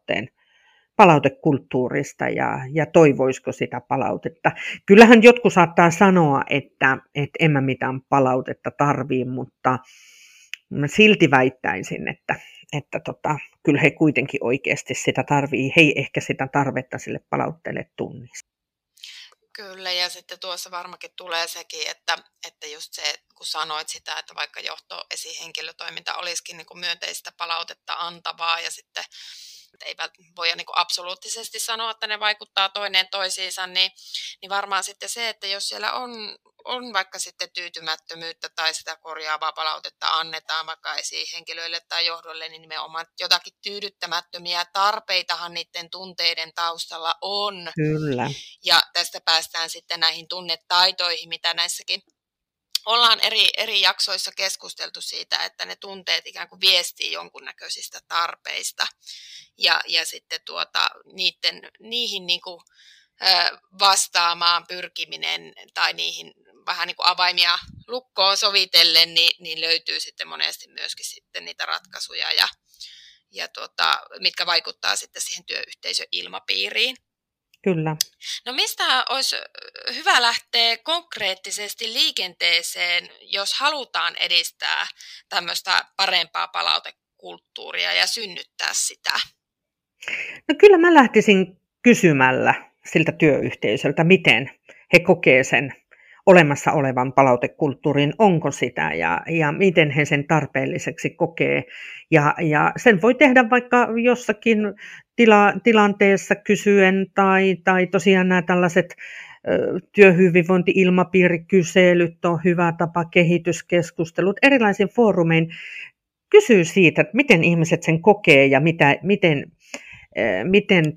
palautekulttuurista ja toivoisiko sitä palautetta. Kyllähän jotkut saattaa sanoa, että en mä mitään palautetta tarvii, mutta mä silti väittäisin, että kyllä he kuitenkin oikeasti sitä tarvii. He ei ehkä sitä tarvetta sille palautteelle tunnista. Kyllä, ja sitten tuossa varmaankin tulee sekin, että just se, kun sanoit sitä, että vaikka esihenkilötoiminta olisikin niin kuin myönteistä palautetta antavaa, ja sitten ei voida niin kuin absoluuttisesti sanoa, että ne vaikuttaa toinen toisiinsa, niin varmaan sitten se, että jos siellä on vaikka sitten tyytymättömyyttä tai sitä korjaavaa palautetta annetaan vaikka esihenkilöille tai johdolle, niin nimenomaan jotakin tyydyttämättömiä tarpeitahan niiden tunteiden taustalla on. Kyllä. Ja tästä päästään sitten näihin tunnetaitoihin, mitä näissäkin ollaan eri jaksoissa keskusteltu siitä, että ne tunteet ikään kuin viestii jonkunnäköisistä tarpeista ja sitten niihin niin kuin vastaamaan pyrkiminen tai niihin vähän niin kuin avaimia lukkoon sovitellen, niin löytyy sitten monesti myöskin sitten niitä ratkaisuja mitkä vaikuttaa sitten siihen työyhteisön ilmapiiriin. Kyllä. No mistä olisi hyvä lähteä konkreettisesti liikenteeseen, jos halutaan edistää tämmöistä parempaa palautekulttuuria ja synnyttää sitä? No kyllä mä lähtisin kysymällä siltä työyhteisöltä, miten he kokee sen olemassa olevan palautekulttuurin, onko sitä ja miten he sen tarpeelliseksi kokee. Ja sen voi tehdä vaikka jossakin tilanteessa kysyen tai tosiaan nämä tällaiset työhyvinvointi-ilmapiirikyselyt on hyvä tapa, kehityskeskustelut, erilaisin foorumein kysyy siitä, että miten ihmiset sen kokee ja miten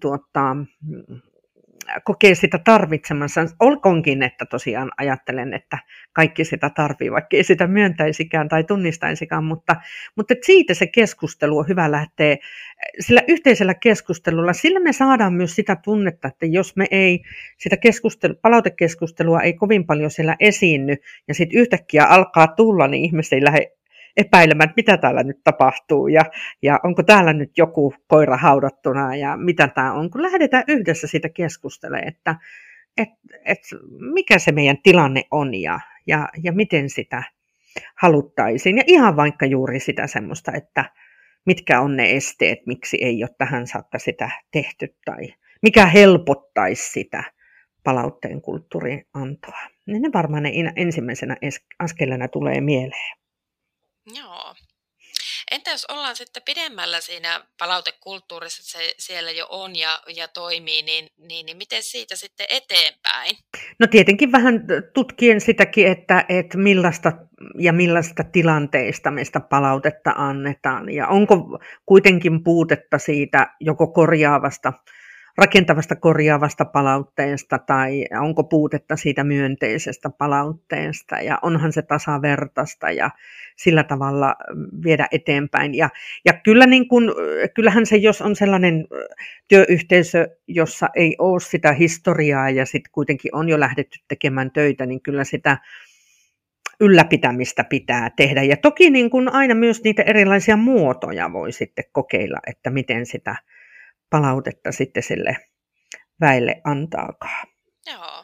kokee sitä tarvitsemansa. Olkoonkin, että tosiaan ajattelen, että kaikki sitä tarvii, vaikka ei sitä myöntäisikään tai tunnistaisikaan, mutta siitä se keskustelu on hyvä lähteä. Sillä yhteisellä keskustelulla, sillä me saadaan myös sitä tunnetta, että jos me ei sitä palautekeskustelua ei kovin paljon siellä esiinny, ja sitten yhtäkkiä alkaa tulla, niin ihmiset ei lähde epäilemään, että mitä täällä nyt tapahtuu ja onko täällä nyt joku koira haudattuna ja mitä tämä on, kun lähdetään yhdessä siitä keskustelemaan, että mikä se meidän tilanne on ja miten sitä haluttaisiin. Ja ihan vaikka juuri sitä semmoista, että mitkä on ne esteet, miksi ei ole tähän saakka sitä tehty tai mikä helpottaisi sitä palautteen kulttuurin antoa. Niin ne varmaan ne ensimmäisenä askeleena tulee mieleen. Joo. Entä jos ollaan sitten pidemmällä siinä palautekulttuurissa, että se siellä jo on ja toimii, niin miten siitä sitten eteenpäin? No tietenkin vähän tutkien sitäkin, että millaista tilanteista meistä palautetta annetaan ja onko kuitenkin puutetta siitä joko rakentavasta korjaavasta palautteesta tai onko puutetta siitä myönteisestä palautteesta ja onhan se tasavertaista ja sillä tavalla viedä eteenpäin. Ja kyllä kyllähän se, jos on sellainen työyhteisö, jossa ei ole sitä historiaa ja sitten kuitenkin on jo lähdetty tekemään töitä, niin kyllä sitä ylläpitämistä pitää tehdä. Ja toki niin kuin aina myös niitä erilaisia muotoja voi sitten kokeilla, että miten sitä palautetta sitten sille väelle antaakaan. Joo.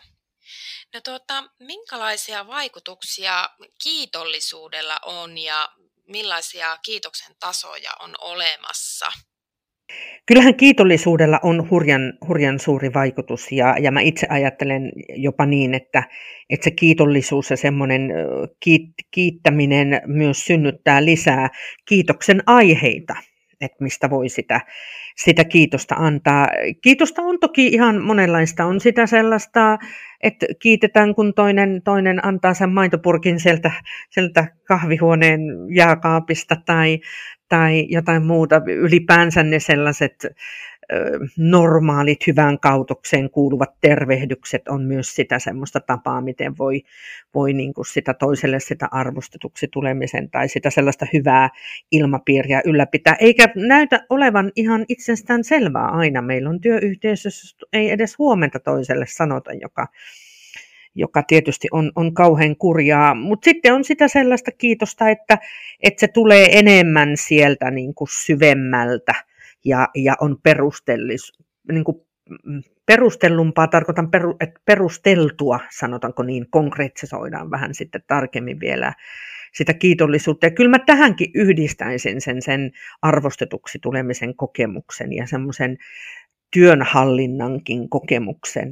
No minkälaisia vaikutuksia kiitollisuudella on ja millaisia kiitoksen tasoja on olemassa? Kyllähän kiitollisuudella on hurjan suuri vaikutus ja mä itse ajattelen jopa niin, että se kiitollisuus ja semmoinen kiittäminen myös synnyttää lisää kiitoksen aiheita. että mistä voi sitä kiitosta antaa. Kiitosta on toki ihan monenlaista. On sitä sellaista, että kiitetään, kun toinen antaa sen maitopurkin sieltä kahvihuoneen jääkaapista tai jotain muuta. Ylipäänsä ne sellaiset normaalit hyvään kautokseen kuuluvat tervehdykset on myös sitä semmoista tapaa, miten voi niin kuin sitä toiselle sitä arvostetuksi tulemisen tai sitä sellaista hyvää ilmapiiriä ylläpitää. Eikä näytä olevan ihan itsestään selvää aina. Meillä on työyhteisössä ei edes huomenta toiselle sanota, joka tietysti on kauhean kurjaa, mutta sitten on sitä sellaista kiitosta, että se tulee enemmän sieltä niin kuin syvemmältä ja on niin kuin perustellumpaa, tarkoitan perusteltua, sanotaanko niin, konkretisoidaan vähän sitten tarkemmin vielä sitä kiitollisuutta. Ja kyllä mä tähänkin yhdistäisin sen arvostetuksi tulemisen kokemuksen ja semmoisen työnhallinnankin kokemuksen,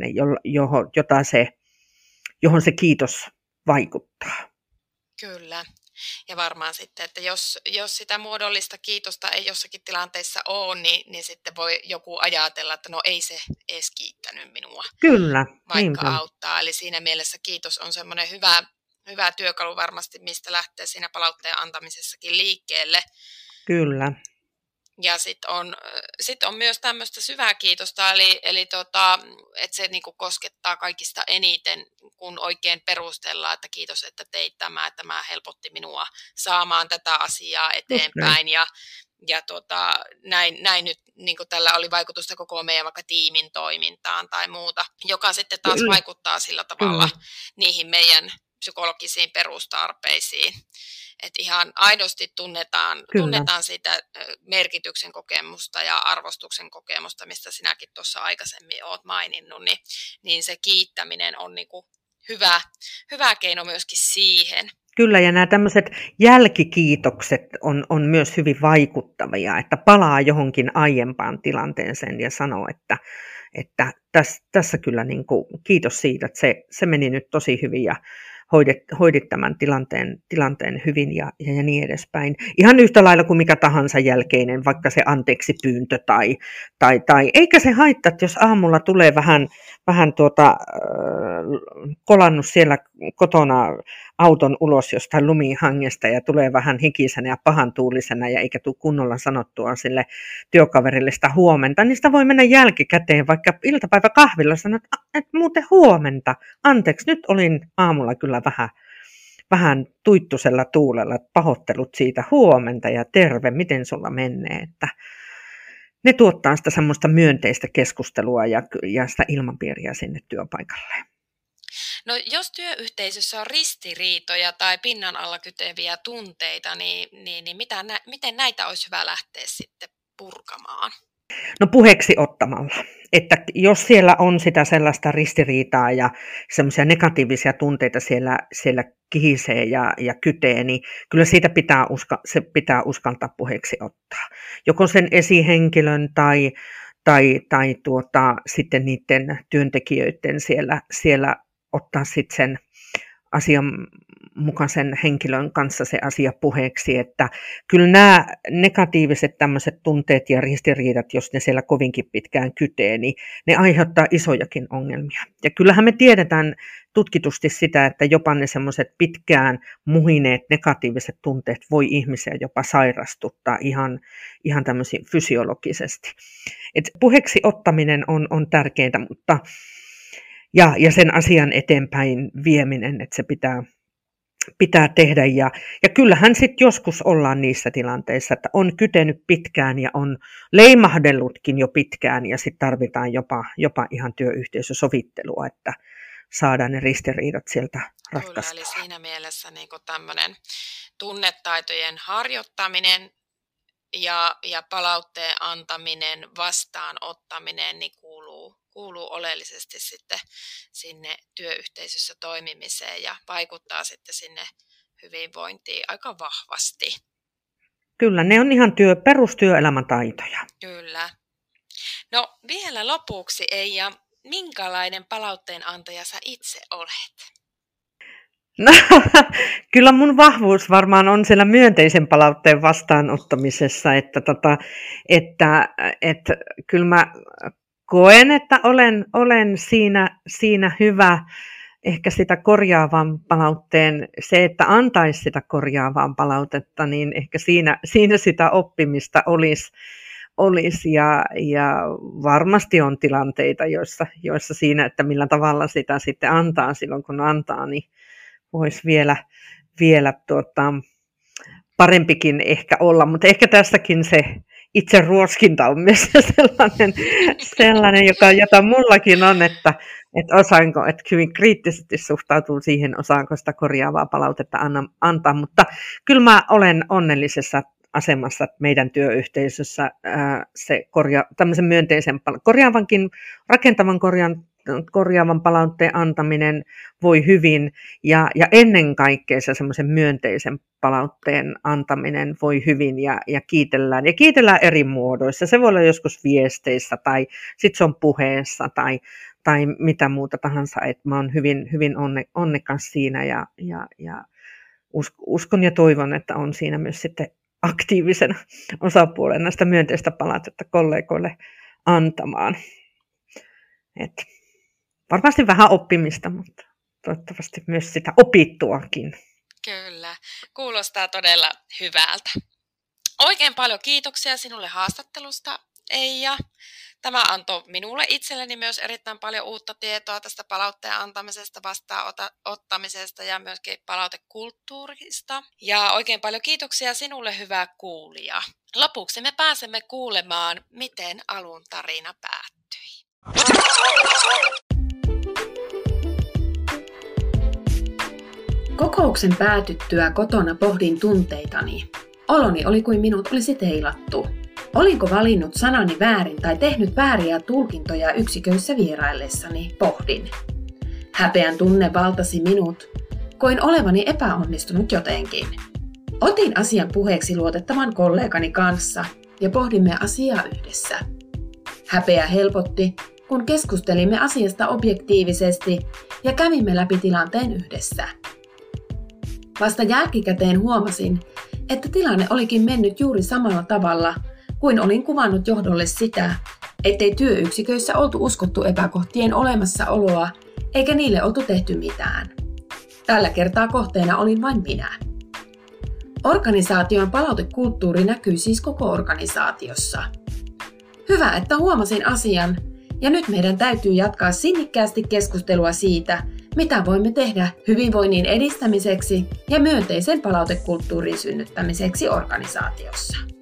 johon se kiitos vaikuttaa. Kyllä. Ja varmaan sitten, että jos sitä muodollista kiitosta ei jossakin tilanteessa ole, niin sitten voi joku ajatella, että no ei se edes kiittänyt minua. Kyllä. Vaikka niinpä auttaa. Eli siinä mielessä kiitos on semmoinen hyvä työkalu varmasti, mistä lähtee siinä palautteen antamisessakin liikkeelle. Kyllä. Ja sitten on myös tämmöistä syvää kiitosta, eli että se niinku koskettaa kaikista eniten, kun oikein perustellaan, että kiitos, että teit tämä helpotti minua saamaan tätä asiaa eteenpäin. Ja näin nyt niin tällä oli vaikutusta koko meidän vaikka tiimin toimintaan tai muuta, joka sitten taas vaikuttaa sillä tavalla niihin meidän psykologisiin perustarpeisiin. Että ihan aidosti tunnetaan sitä merkityksen kokemusta ja arvostuksen kokemusta, mistä sinäkin tuossa aikaisemmin olet maininnut, niin se kiittäminen on niinku hyvä keino myöskin siihen. Kyllä, ja nämä tämmöiset jälkikiitokset on myös hyvin vaikuttavia, että palaa johonkin aiempaan tilanteeseen ja sanoo, että tässä kyllä niin kuin, kiitos siitä, että se meni nyt tosi hyvin ja hoidit tämän tilanteen hyvin ja niin edespäin. Ihan yhtä lailla kuin mikä tahansa jälkeinen, vaikka se anteeksi pyyntö tai eikä se haittaa, että jos aamulla tulee vähän kolannut siellä kotona auton ulos jostain lumihangesta ja tulee vähän hikisenä ja pahantuulisena ja eikä tule kunnolla sanottua sille työkaverille sitä huomenta, niin sitä voi mennä jälkikäteen, vaikka iltapäiväkahvilla sanoa, että muuten huomenta, anteeksi, nyt olin aamulla kyllä vähän tuittusella tuulella, pahoittelut siitä, huomenta ja terve, miten sulla menee, että ne tuottaa sitä semmoista myönteistä keskustelua ja sitä ilmapiiriä sinne työpaikalle. No jos työyhteisössä on ristiriitoja tai pinnan alla kyteviä tunteita, niin miten näitä olisi hyvä lähteä sitten purkamaan? No puheeksi ottamalla. Että jos siellä on sitä sellaista ristiriitaa ja semmoisia negatiivisia tunteita siellä kihisee ja kytee, niin kyllä siitä pitää uskaltaa puheeksi ottaa. Joko sen esihenkilön tai sitten niiden työntekijöiden siellä ottaa sitten sen asianmukaisen henkilön kanssa se asia puheeksi, että kyllä nämä negatiiviset tämmöiset tunteet ja ristiriidat, jos ne siellä kovinkin pitkään kytee, niin ne aiheuttaa isojakin ongelmia. Ja kyllähän me tiedetään tutkitusti sitä, että jopa ne semmoiset pitkään muhineet negatiiviset tunteet voi ihmisiä jopa sairastuttaa ihan tämmöisiä fysiologisesti. Et puheeksi ottaminen on tärkeintä, mutta ja sen asian eteenpäin vieminen, että se pitää tehdä. Ja kyllähän sitten joskus ollaan niissä tilanteissa, että on kytenyt pitkään ja on leimahdellutkin jo pitkään ja sitten tarvitaan jopa ihan työyhteisösovittelua, että saadaan ne ristiriidat sieltä ratkaistua. Kyllä, eli siinä mielessä niin tämmöinen tunnetaitojen harjoittaminen ja palautteen antaminen, vastaanottaminen niin kuuluu oleellisesti sitten sinne työyhteisössä toimimiseen ja vaikuttaa sitten sinne hyvinvointiin aika vahvasti. Kyllä, ne on ihan perustyöelämän taitoja. Kyllä. No vielä lopuksi, Eija, minkälainen palautteen antaja sä itse olet? No, kyllä mun vahvuus varmaan on siellä myönteisen palautteen vastaanottamisessa, että kyllä mä koen, että olen siinä hyvä. Ehkä sitä korjaavan palautteen, se, että antaisi sitä korjaavaa palautetta, niin ehkä siinä sitä oppimista olisi ja varmasti on tilanteita, joissa siinä, että millä tavalla sitä sitten antaa silloin, kun antaa, niin voisi vielä parempikin ehkä olla, mutta ehkä tässäkin se itse ruoskinta on myös sellainen jota mullakin on, että osaanko, että hyvin kriittisesti suhtautuu siihen, osaanko sitä korjaavaa palautetta antaa, mutta kyllä mä olen onnellisessa asemassa, että meidän työyhteisössä se tämmöisen myönteisen, rakentavan korjaavan palautteen antaminen voi hyvin ja ennen kaikkea se semmoisen myönteisen palautteen antaminen voi hyvin ja kiitellään eri muodoissa. Se voi olla joskus viesteissä tai sitten se on puheessa tai mitä muuta tahansa, että mä oon hyvin onnekas siinä ja uskon ja toivon, että on siinä myös sitten aktiivisena osapuolena sitä myönteistä palautetta kollegoille antamaan. Et varmasti vähän oppimista, mutta toivottavasti myös sitä opittuakin. Kyllä, kuulostaa todella hyvältä. Oikein paljon kiitoksia sinulle haastattelusta, Eija. Tämä antoi minulle itselleni myös erittäin paljon uutta tietoa tästä palautteen antamisesta, vastaanottamisesta ja myöskin palautekulttuurista. Ja oikein paljon kiitoksia sinulle, hyvä kuulija. Lopuksi me pääsemme kuulemaan, miten alun tarina päättyi. Kokouksen päätyttyä kotona pohdin tunteitani. Oloni oli kuin minut olisi teilattu. Olinko valinnut sanani väärin tai tehnyt vääriä tulkintoja yksiköissä vieraillessani, pohdin. Häpeän tunne valtasi minut. Koin olevani epäonnistunut jotenkin. Otin asian puheeksi luotettavan kollegani kanssa ja pohdimme asiaa yhdessä. Häpeä helpotti, kun keskustelimme asiasta objektiivisesti ja kävimme läpi tilanteen yhdessä. Vasta jälkikäteen huomasin, että tilanne olikin mennyt juuri samalla tavalla kuin olin kuvannut johdolle sitä, ettei työyksiköissä oltu uskottu epäkohtien olemassaoloa eikä niille oltu tehty mitään. Tällä kertaa kohteena olin vain minä. Organisaation palautekulttuuri näkyy siis koko organisaatiossa. Hyvä, että huomasin asian, ja nyt meidän täytyy jatkaa sinnikkäästi keskustelua siitä, mitä voimme tehdä hyvinvoinnin edistämiseksi ja myönteisen palautekulttuurin synnyttämiseksi organisaatiossa.